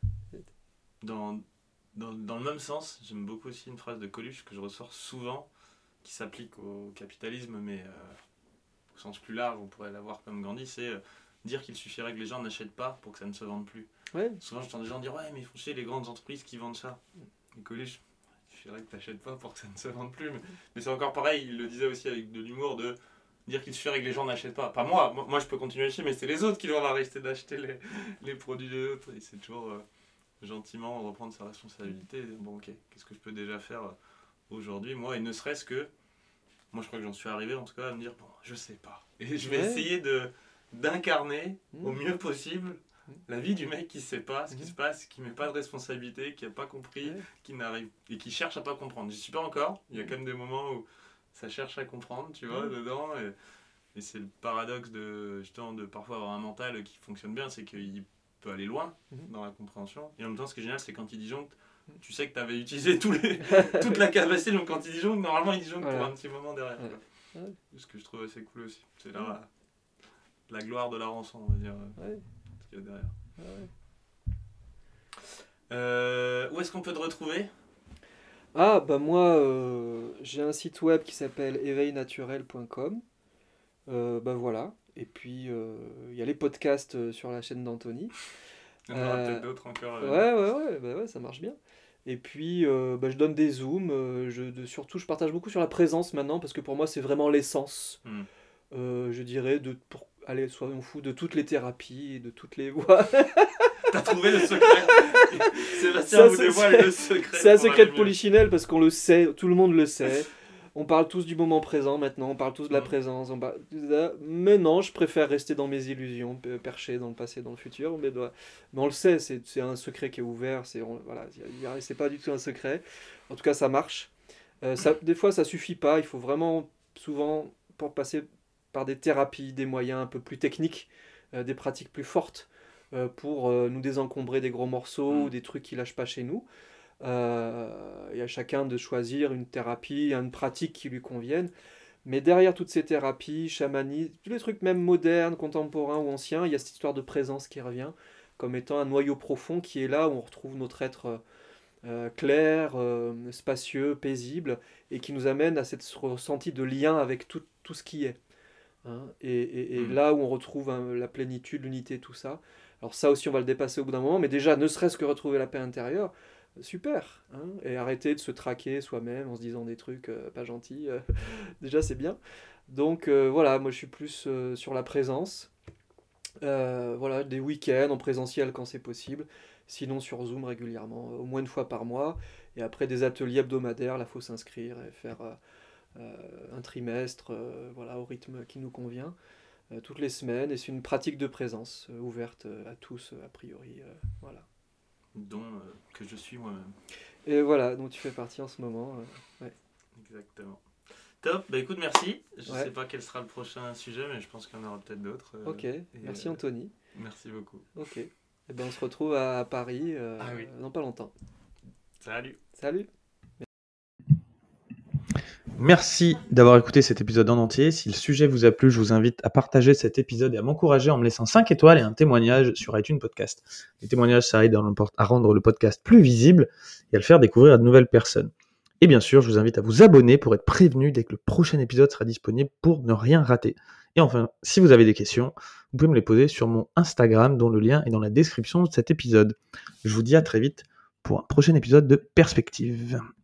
Dans le même sens, j'aime beaucoup aussi une phrase de Coluche que je ressors souvent, qui s'applique au capitalisme, mais au sens plus large, on pourrait l'avoir comme Gandhi, c'est dire qu'il suffirait que les gens n'achètent pas pour que ça ne se vende plus. Ouais. Souvent, j'entends des gens dire ouais, mais ils font chier les grandes entreprises qui vendent ça. Et Coluche, il suffirait que tu n'achètes pas pour que ça ne se vende plus. Mais c'est encore pareil, il le disait aussi avec de l'humour, de dire qu'il suffirait que les gens n'achètent pas. Pas moi je peux continuer à acheter, mais c'est les autres qui doivent arrêter d'acheter les produits des autres. Et c'est toujours gentiment reprendre sa responsabilité et dire bon, ok, qu'est-ce que je peux déjà faire aujourd'hui, moi, et ne serait-ce que. Moi, je crois que j'en suis arrivé en tout cas à me dire bon, je sais pas. Et je vais essayer d'incarner au mieux possible la vie du mec qui sait pas ce qui se passe, qui met pas de responsabilité, qui a pas compris, qui n'arrive et qui cherche à pas comprendre. J'y suis pas encore. Il y a quand même des moments où ça cherche à comprendre, tu vois, dedans. Et c'est le paradoxe de justement de parfois avoir un mental qui fonctionne bien, c'est qu'il peut aller loin dans la compréhension. Et en même temps, ce qui est génial, c'est quand il disjoncte, tu sais que tu avais utilisé toute la capacité, donc quand il disjoncte, normalement il disjoncte pour un petit moment derrière. Ce que je trouve assez cool aussi. C'est là la gloire de la rançon, on va dire, ce qu'il y a derrière. Où est-ce qu'on peut te retrouver ? Ah, bah moi, j'ai un site web qui s'appelle éveilnaturel.com. Bah voilà. Et puis, il y a les podcasts sur la chaîne d'Anthony. Il y en aura peut-être d'autres encore. Ouais, ça marche bien. Et puis, bah, je donne des zooms. Surtout, je partage beaucoup sur la présence maintenant, parce que pour moi, c'est vraiment l'essence, je dirais, allez, soyons fous, de toutes les thérapies et de toutes les voies. T'as trouvé le secret. Sébastien vous dévoile le secret. C'est un secret de Polichinelle, parce qu'on le sait, tout le monde le sait. On parle tous du moment présent maintenant, on parle tous de la présence. Mais non, je préfère rester dans mes illusions, perché dans le passé, dans le futur. Mais on le sait, c'est un secret qui est ouvert. Voilà, c'est pas du tout un secret. En tout cas, ça marche. Des fois, ça suffit pas. Il faut vraiment, souvent, pour passer par des thérapies, des moyens un peu plus techniques, des pratiques plus fortes, pour nous désencombrer des gros morceaux ou des trucs qui lâchent pas chez nous. Et à chacun de choisir une thérapie, une pratique qui lui convienne. Mais derrière toutes ces thérapies, chamanisme, tous les trucs même modernes, contemporains ou anciens, il y a cette histoire de présence qui revient comme étant un noyau profond qui est là où on retrouve notre être clair, spacieux, paisible, et qui nous amène à cette ressenti de lien avec tout ce qui est. Hein, et là où on retrouve la plénitude, l'unité, tout ça. Alors ça aussi, on va le dépasser au bout d'un moment, mais déjà, ne serait-ce que retrouver la paix intérieure, super, hein, et arrêter de se traquer soi-même en se disant des trucs pas gentils, déjà c'est bien. Donc voilà, moi je suis plus sur la présence, voilà, des week-ends en présentiel quand c'est possible, sinon sur Zoom régulièrement, au moins une fois par mois, et après des ateliers hebdomadaires, là faut s'inscrire et faire un trimestre, voilà, au rythme qui nous convient, toutes les semaines, et c'est une pratique de présence ouverte à tous, a priori, voilà. Dont que je suis moi-même. Et voilà, donc tu fais partie en ce moment. Ouais. Exactement. Top, bah écoute, merci. Je Ouais. sais pas quel sera le prochain sujet, mais je pense qu'il y en aura peut-être d'autres. Ok, merci Anthony. Merci beaucoup. Ok. Et ben on se retrouve à Paris Ah oui. dans pas longtemps. Salut. Salut. Merci d'avoir écouté cet épisode en entier. Si le sujet vous a plu, je vous invite à partager cet épisode et à m'encourager en me laissant 5 étoiles et un témoignage sur iTunes Podcast. Les témoignages, ça aide à rendre le podcast plus visible et à le faire découvrir à de nouvelles personnes. Et bien sûr, je vous invite à vous abonner pour être prévenu dès que le prochain épisode sera disponible pour ne rien rater. Et enfin, si vous avez des questions, vous pouvez me les poser sur mon Instagram, dont le lien est dans la description de cet épisode. Je vous dis à très vite pour un prochain épisode de Perspective.